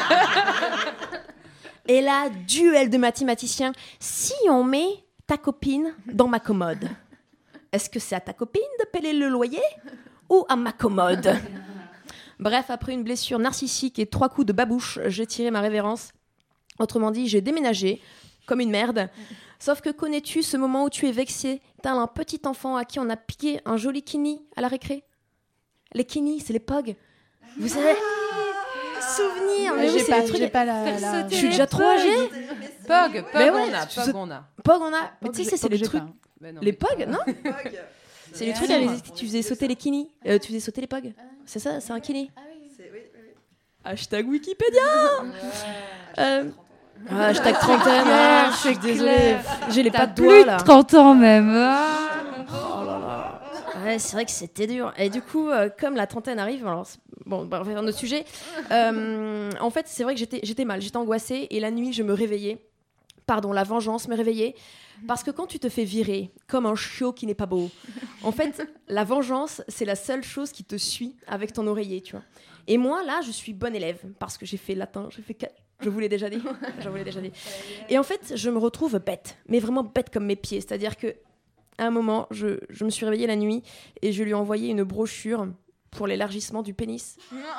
Et là, duel de mathématiciens, si on met ta copine dans ma commode, est-ce que c'est à ta copine de payer le loyer ou à ma commode? Bref, après une blessure narcissique et trois coups de babouche, j'ai tiré ma révérence. Autrement dit, j'ai déménagé comme une merde. Sauf que connais-tu ce moment où tu es vexé, t'as un petit enfant à qui on a piqué un joli kini à la récré? Les kini, c'est les pogs. Vous savez, souvenir. Mais j'ai oui, c'est pas, les trucs. j'ai pas la, la... Je suis déjà trop âgée. Pog, Pog, Mais on ouais, a, tu Pog, sautes- on a. Pog, on a. Mais Pog, tu sais, j'ai- c'est Pog, les j'ai trucs. Bah non, Les mais- pogs, non? C'est les trucs avec les... Tu faisais sauter les kini. Euh, tu faisais sauter les pogs. C'est ça, c'est un kini. Hashtag Wikipédia. euh... ah, hashtag trentaine. Ah, je suis désolée. J'ai les T'as pas de plus doigts de là. trente ans même. Ah. Oh là là. Ouais, c'est vrai que c'était dur. Et du coup, euh, comme la trentaine arrive, alors c'est- bon, bah, on va faire notre sujet. Euh, en fait, c'est vrai que j'étais, j'étais mal, j'étais angoissée et la nuit, je me réveillais. Pardon, la vengeance me réveillait. Parce que quand tu te fais virer comme un chiot qui n'est pas beau, en fait, la vengeance, c'est la seule chose qui te suit avec ton oreiller, tu vois. Et moi, là, je suis bonne élève parce que j'ai fait latin, j'ai fait... quatre- Je vous l'ai déjà dit. Je vous l'ai déjà dit. Et en fait, je me retrouve bête, mais vraiment bête comme mes pieds. C'est-à-dire que à un moment, je, je me suis réveillée la nuit et je lui ai envoyé une brochure pour l'élargissement du pénis.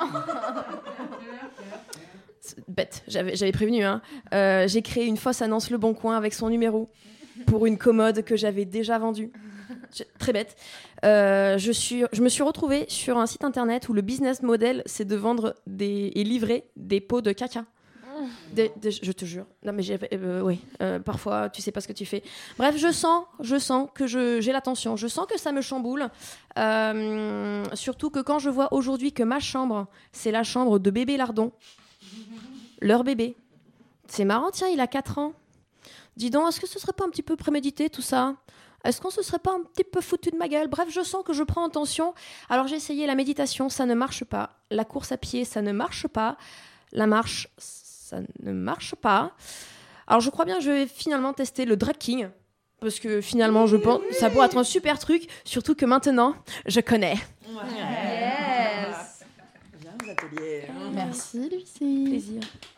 C'est bête, j'avais, j'avais prévenu. Hein. Euh, j'ai créé une fausse annonce Le Bon Coin avec son numéro pour une commode que j'avais déjà vendue. Je- Très bête. Euh, je, suis, je me suis retrouvée sur un site internet où le business model, c'est de vendre des, et livrer des pots de caca. Des- des- je te jure. Non, mais j'ai, euh, oui, euh, parfois, tu sais pas ce que tu fais. Bref, je sens, je sens que je, j'ai la tension. Je sens que ça me chamboule. Euh, surtout que quand je vois aujourd'hui que ma chambre, c'est la chambre de bébé Lardon. Leur bébé. C'est marrant, tiens, il a quatre ans. Dis donc, est-ce que ce serait pas un petit peu prémédité, tout ça ? Est-ce qu'on se serait pas un petit peu foutu de ma gueule ? Bref, je sens que je prends en tension. Alors j'ai essayé la méditation, ça ne marche pas. La course à pied, ça ne marche pas. La marche, ça ne marche pas. Alors je crois bien que je vais finalement tester le drag king. Parce que finalement, je pense ça pourrait être un super truc. Surtout que maintenant, je connais. Yes. Bien les ateliers. Merci Lucie. Plaisir.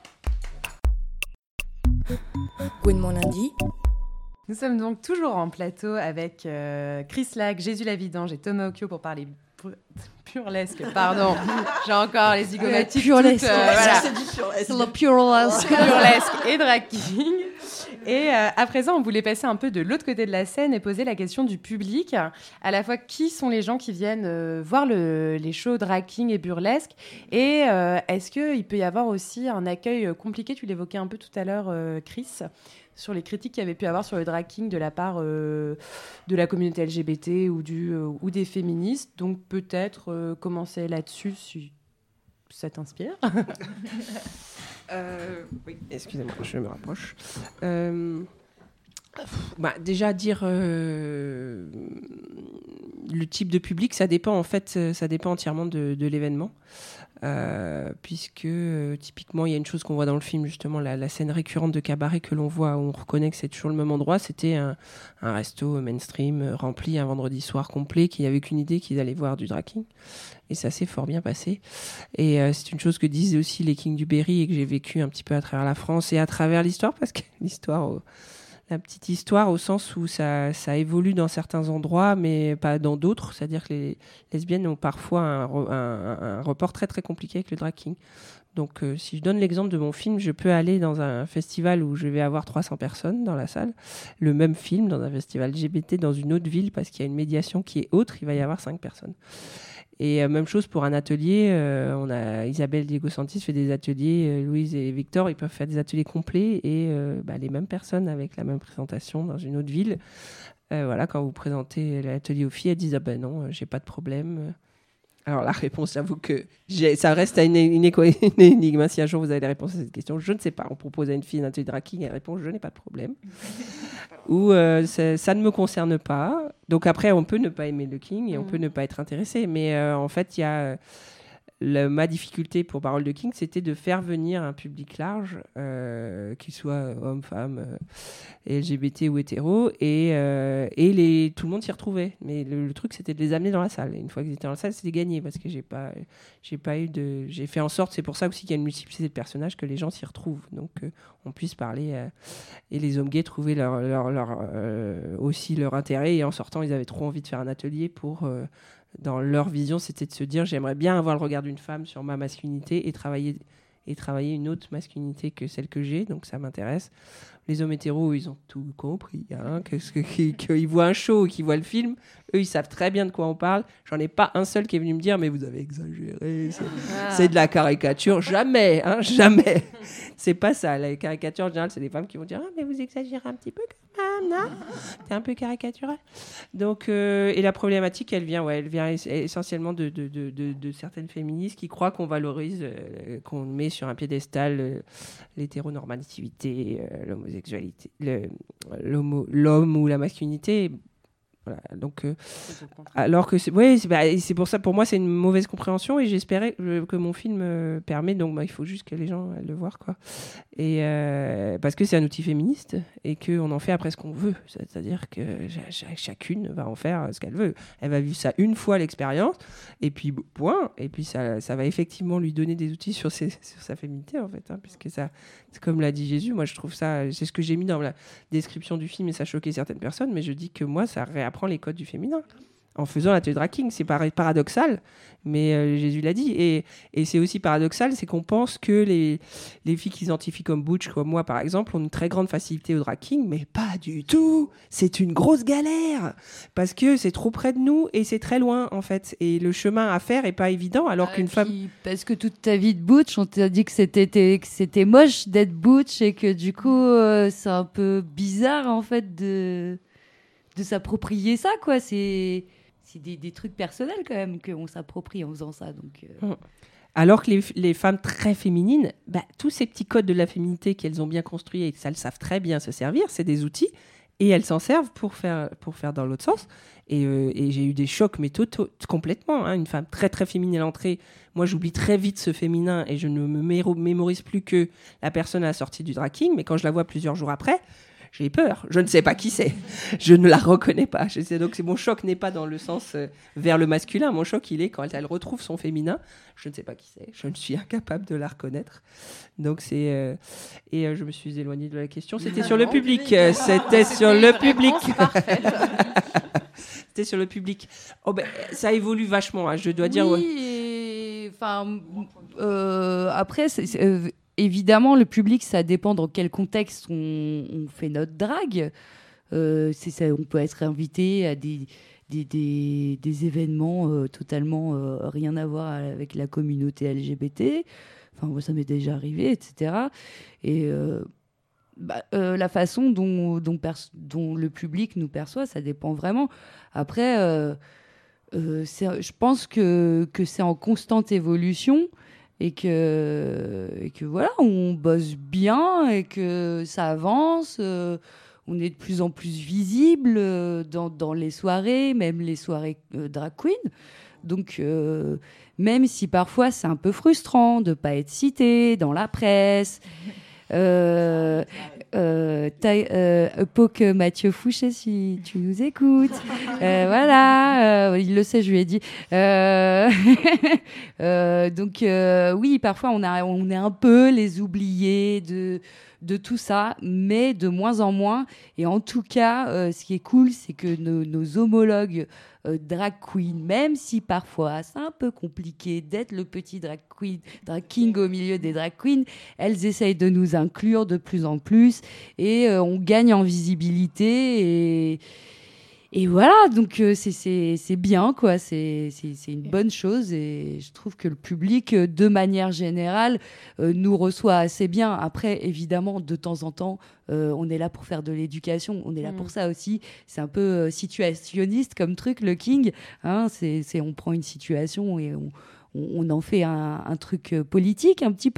Gwen mon lundi. Nous sommes donc toujours en plateau avec euh, Chris Lac, Jésus la Vidange et Thomas Occhio pour parler pu- burlesque. Pardon, j'ai encore les zygomatiques. Burlesque. toutes, euh, voilà. C'est du sur C'est le burlesque. Burlesque et drag king. Et euh, à présent, on voulait passer un peu de l'autre côté de la scène et poser la question du public. À la fois, qui sont les gens qui viennent euh, voir le, les shows drag king et burlesque, et euh, est-ce qu'il peut y avoir aussi un accueil compliqué? Tu l'évoquais un peu tout à l'heure, euh, Chris, sur les critiques qu'il y avait pu avoir sur le drag king de la part euh, de la communauté L G B T ou, du, euh, ou des féministes. Donc peut-être euh, commencer là-dessus si ça t'inspire. euh, oui, excusez-moi, je me rapproche. Euh, bah, déjà dire euh, le type de public, ça dépend en fait, ça dépend entièrement de, de l'événement. Euh, puisque euh, typiquement il y a une chose qu'on voit dans le film, justement la, la scène récurrente de cabaret que l'on voit, où on reconnaît que c'est toujours le même endroit. C'était un, un resto mainstream euh, rempli un vendredi soir complet, qui n'avait qu'une idée, qu'ils allaient voir du drag king, et ça s'est fort bien passé. Et euh, c'est une chose que disaient aussi les Kings du Berry et que j'ai vécu un petit peu à travers la France et à travers l'histoire, parce que l'histoire euh, la petite histoire au sens où ça, ça évolue dans certains endroits, mais pas dans d'autres. C'est-à-dire que les lesbiennes ont parfois un, un, un rapport très très compliqué avec le drag king. Donc euh, si je donne l'exemple de mon film, je peux aller dans un festival où je vais avoir trois cents personnes dans la salle, le même film dans un festival L G B T dans une autre ville, parce qu'il y a une médiation qui est autre, il va y avoir cinq personnes. Et euh, même chose pour un atelier, euh, on a Isabelle Diego Santis fait des ateliers, euh, Louise et Victor, ils peuvent faire des ateliers complets, et euh, bah, les mêmes personnes avec la même présentation dans une autre ville. Euh, voilà, quand vous présentez l'atelier aux filles, elles disent ah ben non, j'ai pas de problème. Alors la réponse, j'avoue que j'ai, ça reste à une, une, une énigme. Si un jour vous avez les réponses à cette question, je ne sais pas. On propose à une fille un atelier de drag king, elle répond je n'ai pas de problème. Ou euh, ça ne me concerne pas. Donc après, on peut ne pas aimer le king et on mmh. peut ne pas être intéressé. Mais euh, en fait, il y a le, ma difficulté pour Parole de King, c'était de faire venir un public large, euh, qu'il soit homme, femme, euh, L G B T ou hétéro, et, euh, et les, tout le monde s'y retrouvait. Mais le, le truc, c'était de les amener dans la salle. Et une fois qu'ils étaient dans la salle, c'était gagné, parce que j'ai pas, j'ai pas eu de, j'ai fait en sorte, c'est pour ça aussi qu'il y a une multiplicité de personnages, que les gens s'y retrouvent, donc euh, on puisse parler euh, et les hommes gays trouver leur, leur, leur, euh, aussi leur intérêt. Et en sortant, ils avaient trop envie de faire un atelier pour euh, dans leur vision, c'était de se dire j'aimerais bien avoir le regard d'une femme sur ma masculinité et travailler, et travailler une autre masculinité que celle que j'ai, donc ça m'intéresse. Les hommes hétéros, ils ont tout compris, hein, qu'est-ce que, qu'ils, qu'ils voient un show, qu'ils voient le film, eux, ils savent très bien de quoi on parle. J'en ai pas un seul qui est venu me dire mais vous avez exagéré, c'est, ah. c'est de la caricature. Jamais, hein, jamais. C'est pas ça. La caricature, en général, c'est des femmes qui vont dire ah, mais vous exagérez un petit peu quand même, non ? T'es un peu caricatural. Donc, euh, et la problématique, elle vient, ouais, elle vient essentiellement de, de, de, de, de certaines féministes qui croient qu'on valorise, euh, qu'on met sur un piédestal euh, l'hétéronormativité, euh, l'homosexualité, le, l'homo, l'homme ou la masculinité. Voilà, donc, euh, alors que c'est, ouais, c'est, bah, c'est pour ça, pour moi, c'est une mauvaise compréhension, et j'espérais euh, que mon film euh, permet, donc bah, il faut juste que les gens aillent le voir, quoi. Et euh, parce que c'est un outil féministe et qu'on en fait après ce qu'on veut, c'est-à-dire que ch- chacune va en faire ce qu'elle veut. Elle va vivre ça une fois l'expérience, et puis point, et puis ça, ça va effectivement lui donner des outils sur, ses, sur sa féminité, en fait, hein, puisque ça, c'est comme l'a dit Jésus, moi je trouve ça, c'est ce que j'ai mis dans la description du film, et ça a choqué certaines personnes, mais je dis que moi ça réapprend prend les codes du féminin en faisant l'atelier drag king. C'est par- paradoxal, mais euh, Jésus l'a dit, et, et c'est aussi paradoxal, c'est qu'on pense que les, les filles qui s'identifient comme butch, comme moi par exemple, ont une très grande facilité au drag king, mais pas du tout. C'est une grosse galère, parce que c'est trop près de nous et c'est très loin en fait, et le chemin à faire est pas évident, alors ah, qu'une femme... Parce que toute ta vie de butch, on t'a dit que c'était, que c'était moche d'être butch, et que du coup euh, c'est un peu bizarre en fait de... de s'approprier ça, quoi. C'est, c'est des, des trucs personnels, quand même, qu'on s'approprie en faisant ça. Donc, euh... Alors que les, les femmes très féminines, bah, tous ces petits codes de la féminité qu'elles ont bien construits, et ça, elles savent très bien se servir, c'est des outils, et elles s'en servent pour faire, pour faire dans l'autre sens. Et, euh, et j'ai eu des chocs, mais tout, tout, complètement. Hein. Une femme très, très féminine à l'entrée, moi, j'oublie très vite ce féminin, et je ne me méro- mémorise plus que la personne à la sortie du drag king, mais quand je la vois plusieurs jours après... j'ai peur, je ne sais pas qui c'est, je ne la reconnais pas. Je sais, donc c'est, mon choc n'est pas dans le sens euh, vers le masculin, mon choc il est quand elle, elle retrouve son féminin, je ne sais pas qui c'est, je ne suis incapable de la reconnaître. Donc c'est euh, et euh, je me suis éloignée de la question. C'était sur le public, euh, c'était sur le public. C'était sur le public. Oh ben ça évolue vachement, hein, je dois oui, dire. Oui, enfin euh, après c'est, c'est, euh, évidemment, le public, ça dépend dans quel contexte on, on fait notre drague. Euh, c'est ça, on peut être invité à des, des, des, des événements euh, totalement euh, rien à voir avec la communauté L G B T. Enfin, moi, ça m'est déjà arrivé, et cetera. Et euh, bah, euh, la façon dont, dont, pers- dont le public nous perçoit, ça dépend vraiment. Après, euh, euh, c'est, je pense que, que c'est en constante évolution et que, et que voilà, on bosse bien et que ça avance. Euh, on est de plus en plus visible euh, dans, dans les soirées, même les soirées euh, drag queen. Donc, euh, même si parfois c'est un peu frustrant de ne pas être cité dans la presse, euh, euh, euh, Poke Mathieu Fouché, si tu nous écoutes, euh, voilà, euh, il le sait, je lui ai dit. Euh, euh, donc, euh, oui, parfois on, a, on est un peu les oubliés de... de tout ça, mais de moins en moins. Et en tout cas, euh, ce qui est cool, c'est que nos, nos homologues euh, drag queen, même si parfois c'est un peu compliqué d'être le petit drag queen, drag king au milieu des drag queens, elles essayent de nous inclure de plus en plus et euh, on gagne en visibilité et Et voilà, donc euh, c'est, c'est, c'est bien, quoi. C'est, c'est, c'est une bonne chose et je trouve que le public, euh, de manière générale, euh, nous reçoit assez bien. Après, évidemment, de temps en temps, euh, on est là pour faire de l'éducation. On est là Mm. pour ça aussi. C'est un peu euh, situationniste comme truc, le King. Hein, c'est, c'est, on prend une situation et on, on, on en fait un, un truc euh, politique un petit peu.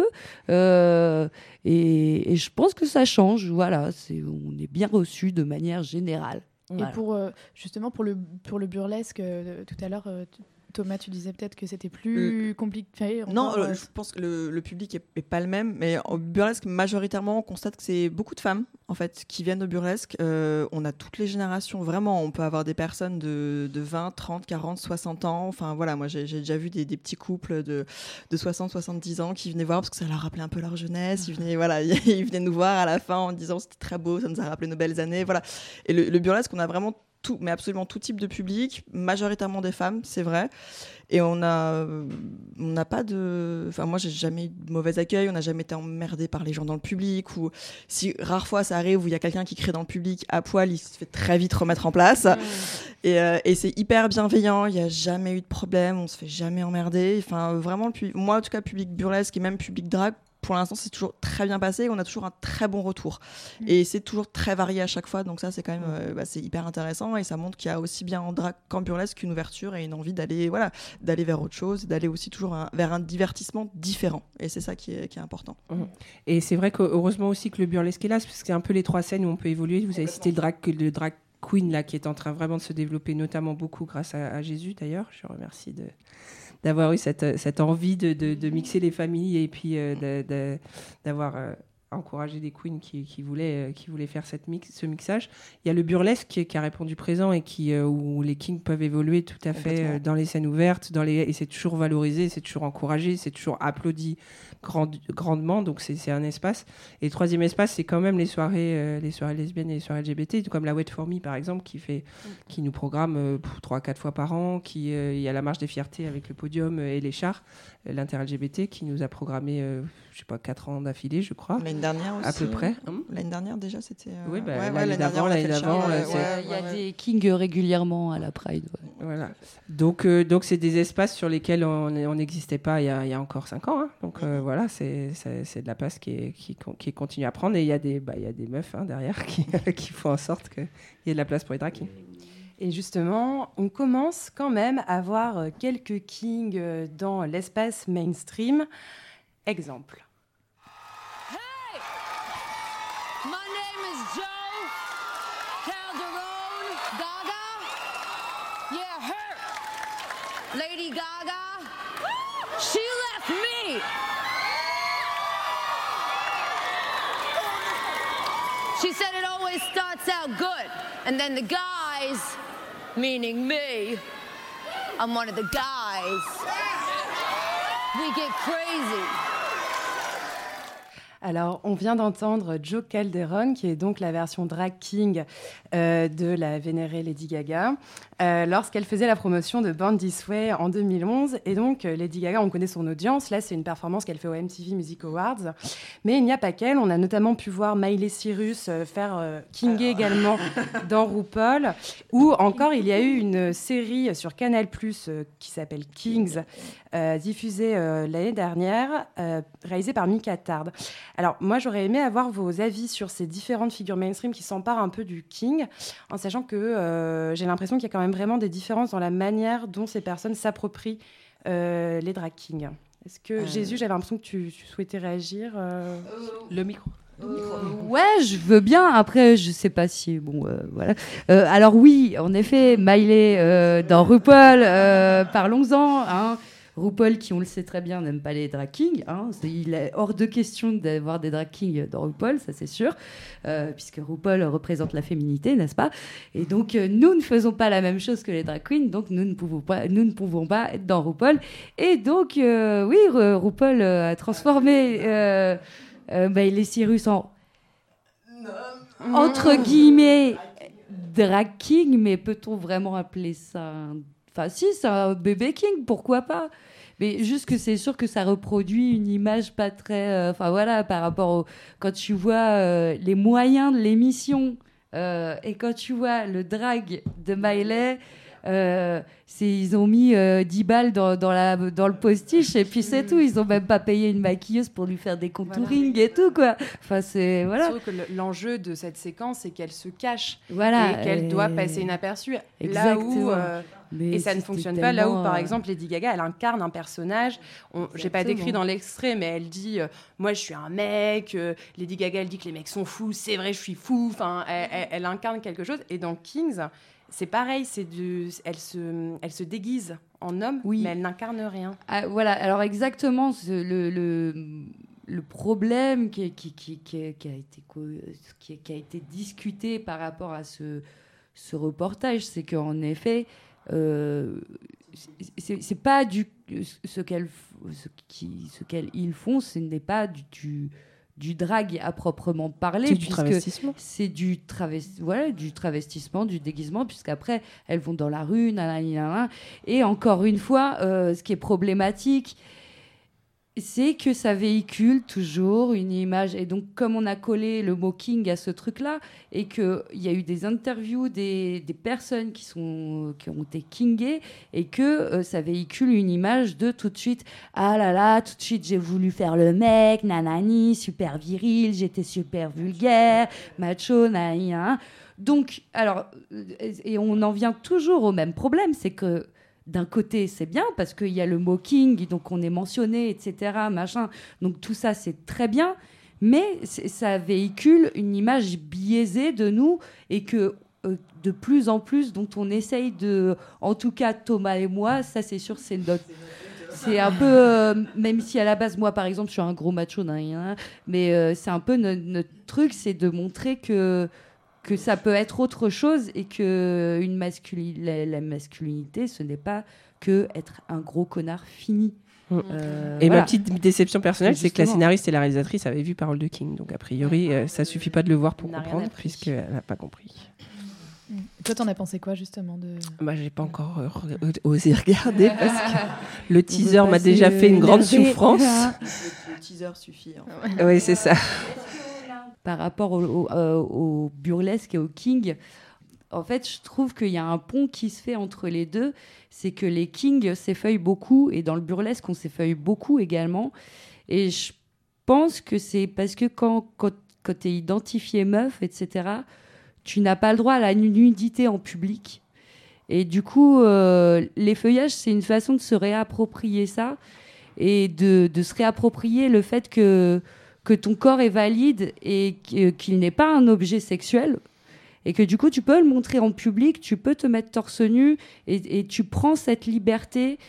Euh, et, et je pense que ça change. Voilà, c'est, on est bien reçu de manière générale. Voilà. Et pour, euh, justement, pour le, pour le burlesque, euh, tout à l'heure, euh, tu- Thomas, tu disais peut-être que c'était plus compliqué. Non, encore, euh, euh, je pense que le, le public est, est pas le même, mais au burlesque, majoritairement, on constate que c'est beaucoup de femmes, en fait, qui viennent au burlesque. Euh, on a toutes les générations, vraiment. On peut avoir des personnes de, de vingt, trente, quarante, soixante ans. Enfin, voilà, moi, j'ai, j'ai déjà vu des, des petits couples de, de soixante, soixante-dix ans qui venaient voir parce que ça leur rappelait un peu leur jeunesse. Ils venaient, voilà, ils venaient nous voir à la fin en disant c'était très beau, ça nous a rappelé nos belles années. Voilà. Et le, le burlesque, on a vraiment tout, mais absolument tout type de public, majoritairement des femmes, c'est vrai. Et on a, on n'a pas de, enfin moi j'ai jamais eu de mauvais accueil, on n'a jamais été emmerdé par les gens dans le public ou si rare fois ça arrive où il y a quelqu'un qui crie dans le public à poil, il se fait très vite remettre en place. Mmh. Et, euh, et c'est hyper bienveillant, il y a jamais eu de problème, on se fait jamais emmerder. Enfin vraiment, le pu- moi en tout cas public burlesque et même public drag. Pour l'instant, c'est toujours très bien passé. On a toujours un très bon retour. Mmh. Et c'est toujours très varié à chaque fois. Donc ça, c'est quand même euh, bah, c'est hyper intéressant. Et ça montre qu'il y a aussi bien en drag qu'en burlesque une ouverture et une envie d'aller, voilà, d'aller vers autre chose, d'aller aussi toujours un, vers un divertissement différent. Et c'est ça qui est, qui est important. Mmh. Et c'est vrai qu'heureusement aussi que le burlesque est là, parce que c'est un peu les trois scènes où on peut évoluer. Vous avez cité le drag, le drag queen là, qui est en train vraiment de se développer, notamment beaucoup grâce à, à Jésus d'ailleurs. Je remercie de... d'avoir eu cette, cette envie de, de, de mixer les familles et puis euh, de, de, d'avoir euh, encouragé des queens qui, qui, voulaient, euh, qui voulaient faire cette mix, ce mixage. Il y a le burlesque qui, qui a répondu présent et qui, euh, où les kings peuvent évoluer tout à fait euh, dans les scènes ouvertes dans les, et c'est toujours valorisé, c'est toujours encouragé, c'est toujours applaudi grand, grandement, donc c'est, c'est un espace. Et le troisième espace, c'est quand même les soirées, euh, les soirées lesbiennes et les soirées L G B T, comme la Wet For Me par exemple, qui, fait, qui nous programme euh, trois à quatre fois par an, qui, euh, il y a la marche des fiertés avec le podium euh, et les chars, euh, l'inter-L G B T, qui nous a programmé, euh, je sais pas, quatre ans d'affilée, je crois. L'année dernière aussi. À peu près. Hum l'année dernière déjà, c'était... Euh... Oui, bah, ouais, l'année, ouais, l'année d'avant, dernière, l'année d'avant. ouais, Il ouais, ouais, y a ouais, des kings régulièrement à la Pride. Ouais. Voilà. Donc, euh, donc c'est des espaces sur lesquels on n'existait pas il y, a, il y a encore cinq ans. Hein. Donc euh, voilà, c'est, c'est, c'est de la place qui, est, qui, qui continue à prendre. Et il y a des, bah, il y a des meufs hein, derrière qui, qui font en sorte qu'il y ait de la place pour les drag kings. Et justement, on commence quand même à voir quelques kings dans l'espace mainstream. Exemple. Hey! My name is Joe Calderone Gaga. Yeah, her. Lady Gaga. She left me. She said it always starts out good. And then the guys, meaning me, I'm one of the guys. We get crazy. Alors, on vient d'entendre Jo Calderone, qui est donc la version drag king euh, de la vénérée Lady Gaga, euh, lorsqu'elle faisait la promotion de Born This Way en deux mille onze. Et donc, euh, Lady Gaga, on connaît son audience. Là, c'est une performance qu'elle fait au M T V Music Awards. Mais il n'y a pas qu'elle. On a notamment pu voir Miley Cyrus euh, faire euh, kinger également dans RuPaul. Ou encore, il y a eu une série sur Canal plus, euh, qui s'appelle Kings, euh, diffusée euh, l'année dernière, euh, réalisée par Mika Tard. Alors, moi, j'aurais aimé avoir vos avis sur ces différentes figures mainstream qui s'emparent un peu du King, en sachant que euh, j'ai l'impression qu'il y a quand même vraiment des différences dans la manière dont ces personnes s'approprient euh, les drag kings. Est-ce que, euh... Jésus, j'avais l'impression que tu, tu souhaitais réagir euh... Le micro. Euh, ouais, je veux bien. Après, je sais pas si bon, euh, voilà. Euh, alors oui, en effet, Miley euh, dans RuPaul, euh, parlons-en. Hein. RuPaul, qui on le sait très bien, n'aime pas les drag kings. Hein. Il est hors de question d'avoir des drag kings dans RuPaul, ça c'est sûr, euh, puisque RuPaul représente la féminité, n'est-ce pas? Et donc euh, nous ne faisons pas la même chose que les drag queens, donc nous ne pouvons pas, nous ne pouvons pas être dans RuPaul. Et donc euh, oui, RuPaul a transformé euh, euh, bah, les Cyrus en entre guillemets drag king, mais peut-on vraiment appeler ça un... Enfin, si, c'est un bébé king, pourquoi pas? Mais juste que c'est sûr que ça reproduit une image pas très... Enfin, euh, voilà, par rapport au... Quand tu vois euh, les moyens de l'émission euh, et quand tu vois le drag de Miley... Euh, c'est, ils ont mis euh, dix balles dans, dans, la, dans le postiche et puis c'est tout. Ils n'ont même pas payé une maquilleuse pour lui faire des contouring voilà. et tout, quoi. Enfin, c'est, voilà. Sauf que l'enjeu de cette séquence, c'est qu'elle se cache voilà, et qu'elle et... doit passer inaperçue. Exactement. Là où... Euh, et ça ne fonctionne tellement... pas. Là où, par exemple, Lady Gaga, elle incarne un personnage. On, j'ai pas décrit dans l'extrait, mais elle dit euh, moi, je suis un mec. Euh, Lady Gaga, elle dit que les mecs sont fous. C'est vrai, je suis fou. Enfin, elle, elle, elle incarne quelque chose. Et dans Kings, c'est pareil. C'est du, elle se, elle se déguise en homme, oui. mais elle n'incarne rien. Ah, voilà. Alors exactement, le, le, le problème qui, qui, qui, qui, qui a été qui, qui a été discuté par rapport à ce, ce reportage, c'est qu'en effet. Euh, c'est, c'est pas du ce qu'elles ce qui ce qu'elles font, ce n'est pas du, du du drag à proprement parler, c'est du travestissement. C'est du travesti, voilà, du travestissement, du déguisement, puisqu'après elles vont dans la rue, nanana, nanana. Et encore une fois, euh, ce qui est problématique, c'est que ça véhicule toujours une image. Et donc, comme on a collé le mot king à ce truc-là, et qu'il y a eu des interviews des, des personnes qui, sont, qui ont été kingées, et que euh, ça véhicule une image de tout de suite, ah là là, tout de suite, j'ai voulu faire le mec, nanani, super viril, j'étais super vulgaire, macho, nanani, nanani. Donc, alors, et on en vient toujours au même problème, c'est que d'un côté, c'est bien parce qu'il y a le mot king, donc on est mentionné, et cetera, machin. Donc tout ça, c'est très bien, mais ça véhicule une image biaisée de nous et que euh, de plus en plus, dont on essaye de... En tout cas, Thomas et moi, ça c'est sûr, c'est notre... C'est un peu... Euh, même si à la base, moi, par exemple, je suis un gros macho, hein, mais euh, c'est un peu notre, notre truc, c'est de montrer que... que ça peut être autre chose et que une masculi- la, la masculinité, ce n'est pas que être un gros connard fini. Euh, et voilà. ma petite déception personnelle, c'est que la scénariste et la réalisatrice avaient vu Parole de King. Donc, a priori, euh, ça suffit pas de le voir pour comprendre, puisqu'elle n'a pas compris. Et toi, t'en as pensé quoi, justement de... Bah, j'ai pas encore euh, osé regarder parce que le teaser m'a déjà fait une grande souffrance. Le, le teaser suffit. En fait. Oui, c'est ça. Par rapport au, au, euh, au burlesque et au king, en fait, je trouve qu'il y a un pont qui se fait entre les deux. C'est que les kings s'effeuillent beaucoup et dans le burlesque, on s'effeuille beaucoup également. Et je pense que c'est parce que quand, quand, quand tu es identifié meuf, et cetera, tu n'as pas le droit à la nudité en public. Et du coup, euh, l'effeuillage, c'est une façon de se réapproprier ça et de, de se réapproprier le fait que que ton corps est valide et qu'il n'est pas un objet sexuel et que du coup tu peux le montrer en public, tu peux te mettre torse nu et, et tu prends cette liberté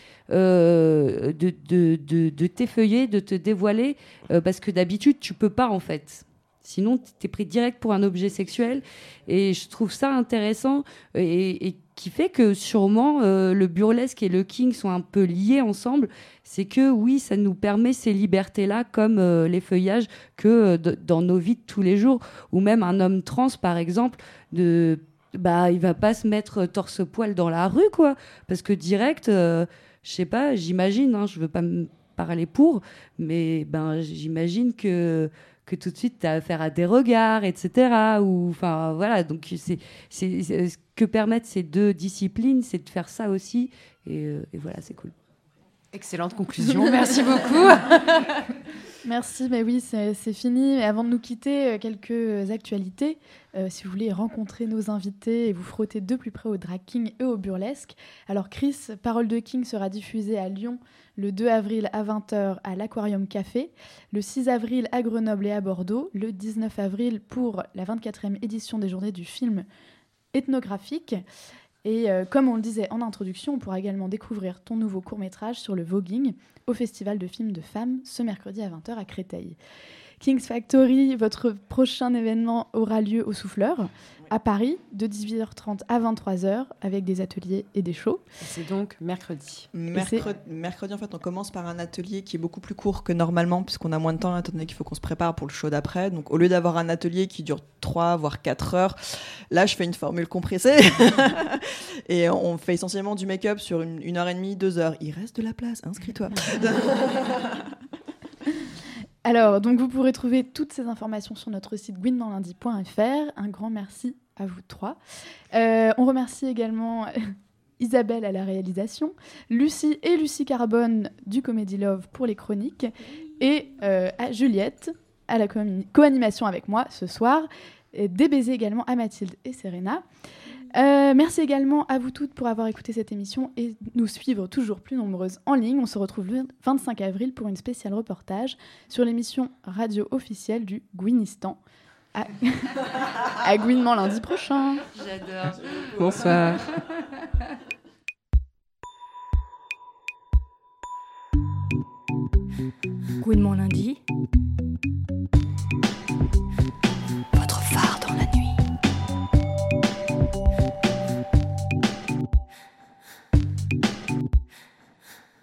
euh, de, de, de, de t'effeuiller, de te dévoiler euh, parce que d'habitude tu peux pas en fait. Sinon, tu es pris direct pour un objet sexuel. Et je trouve ça intéressant et, et qui fait que sûrement euh, le burlesque et le king sont un peu liés ensemble. C'est que oui, ça nous permet ces libertés-là comme euh, les feuillages que euh, d- dans nos vies de tous les jours. Ou même un homme trans, par exemple, de, bah, il va pas se mettre torse-poil dans la rue, quoi. Parce que direct, euh, je sais pas, j'imagine, hein, je veux pas me parler pour, mais ben, j'imagine que que tout de suite, tu as affaire à des regards, et cetera. Ou, enfin, voilà, donc c'est, c'est, c'est, ce que permettent ces deux disciplines, c'est de faire ça aussi. Et, euh, et voilà, c'est cool. Excellente conclusion, merci beaucoup. Merci, mais oui, c'est, c'est fini. Mais avant de nous quitter, quelques actualités. Euh, si vous voulez rencontrer nos invités et vous frotter de plus près au drag king et au burlesque. Alors Chris, Parole de King sera diffusée à Lyon le deux avril à vingt heures à l'Aquarium Café, le six avril à Grenoble et à Bordeaux, le dix-neuf avril pour la vingt-quatrième édition des Journées du film ethnographique. Et euh, comme on le disait en introduction, on pourra également découvrir ton nouveau court-métrage sur le voguing au Festival de films de femmes ce mercredi à vingt heures à Créteil. King's Factory, votre prochain événement aura lieu au Souffleur, à Paris, de dix-huit heures trente à vingt-trois heures, avec des ateliers et des shows. C'est donc mercredi. Mercredi, mercredi, en fait, on commence par un atelier qui est beaucoup plus court que normalement, puisqu'on a moins de temps, étant donné qu'il faut qu'on se prépare pour le show d'après. Donc, au lieu d'avoir un atelier qui dure trois, voire quatre heures, là, je fais une formule compressée. Et on fait essentiellement du make-up sur une, une heure et demie, deux heures. Il reste de la place, inscris-toi. Alors, donc vous pourrez trouver toutes ces informations sur notre site gwyn dans lundi point f r. Un grand merci à vous trois. Euh, on remercie également Isabelle à la réalisation, Lucie et Lucie Carbone du Comedy Love pour les chroniques, et euh, à Juliette à la co- co-animation avec moi ce soir, et des baisers également à Mathilde et Serena. Euh, merci également à vous toutes pour avoir écouté cette émission et nous suivre toujours plus nombreuses en ligne. On se retrouve le vingt-cinq avril pour une spéciale reportage sur l'émission radio officielle du Gwynistan à, à Gwynement lundi prochain. J'adore. Bonsoir. Gwynement lundi.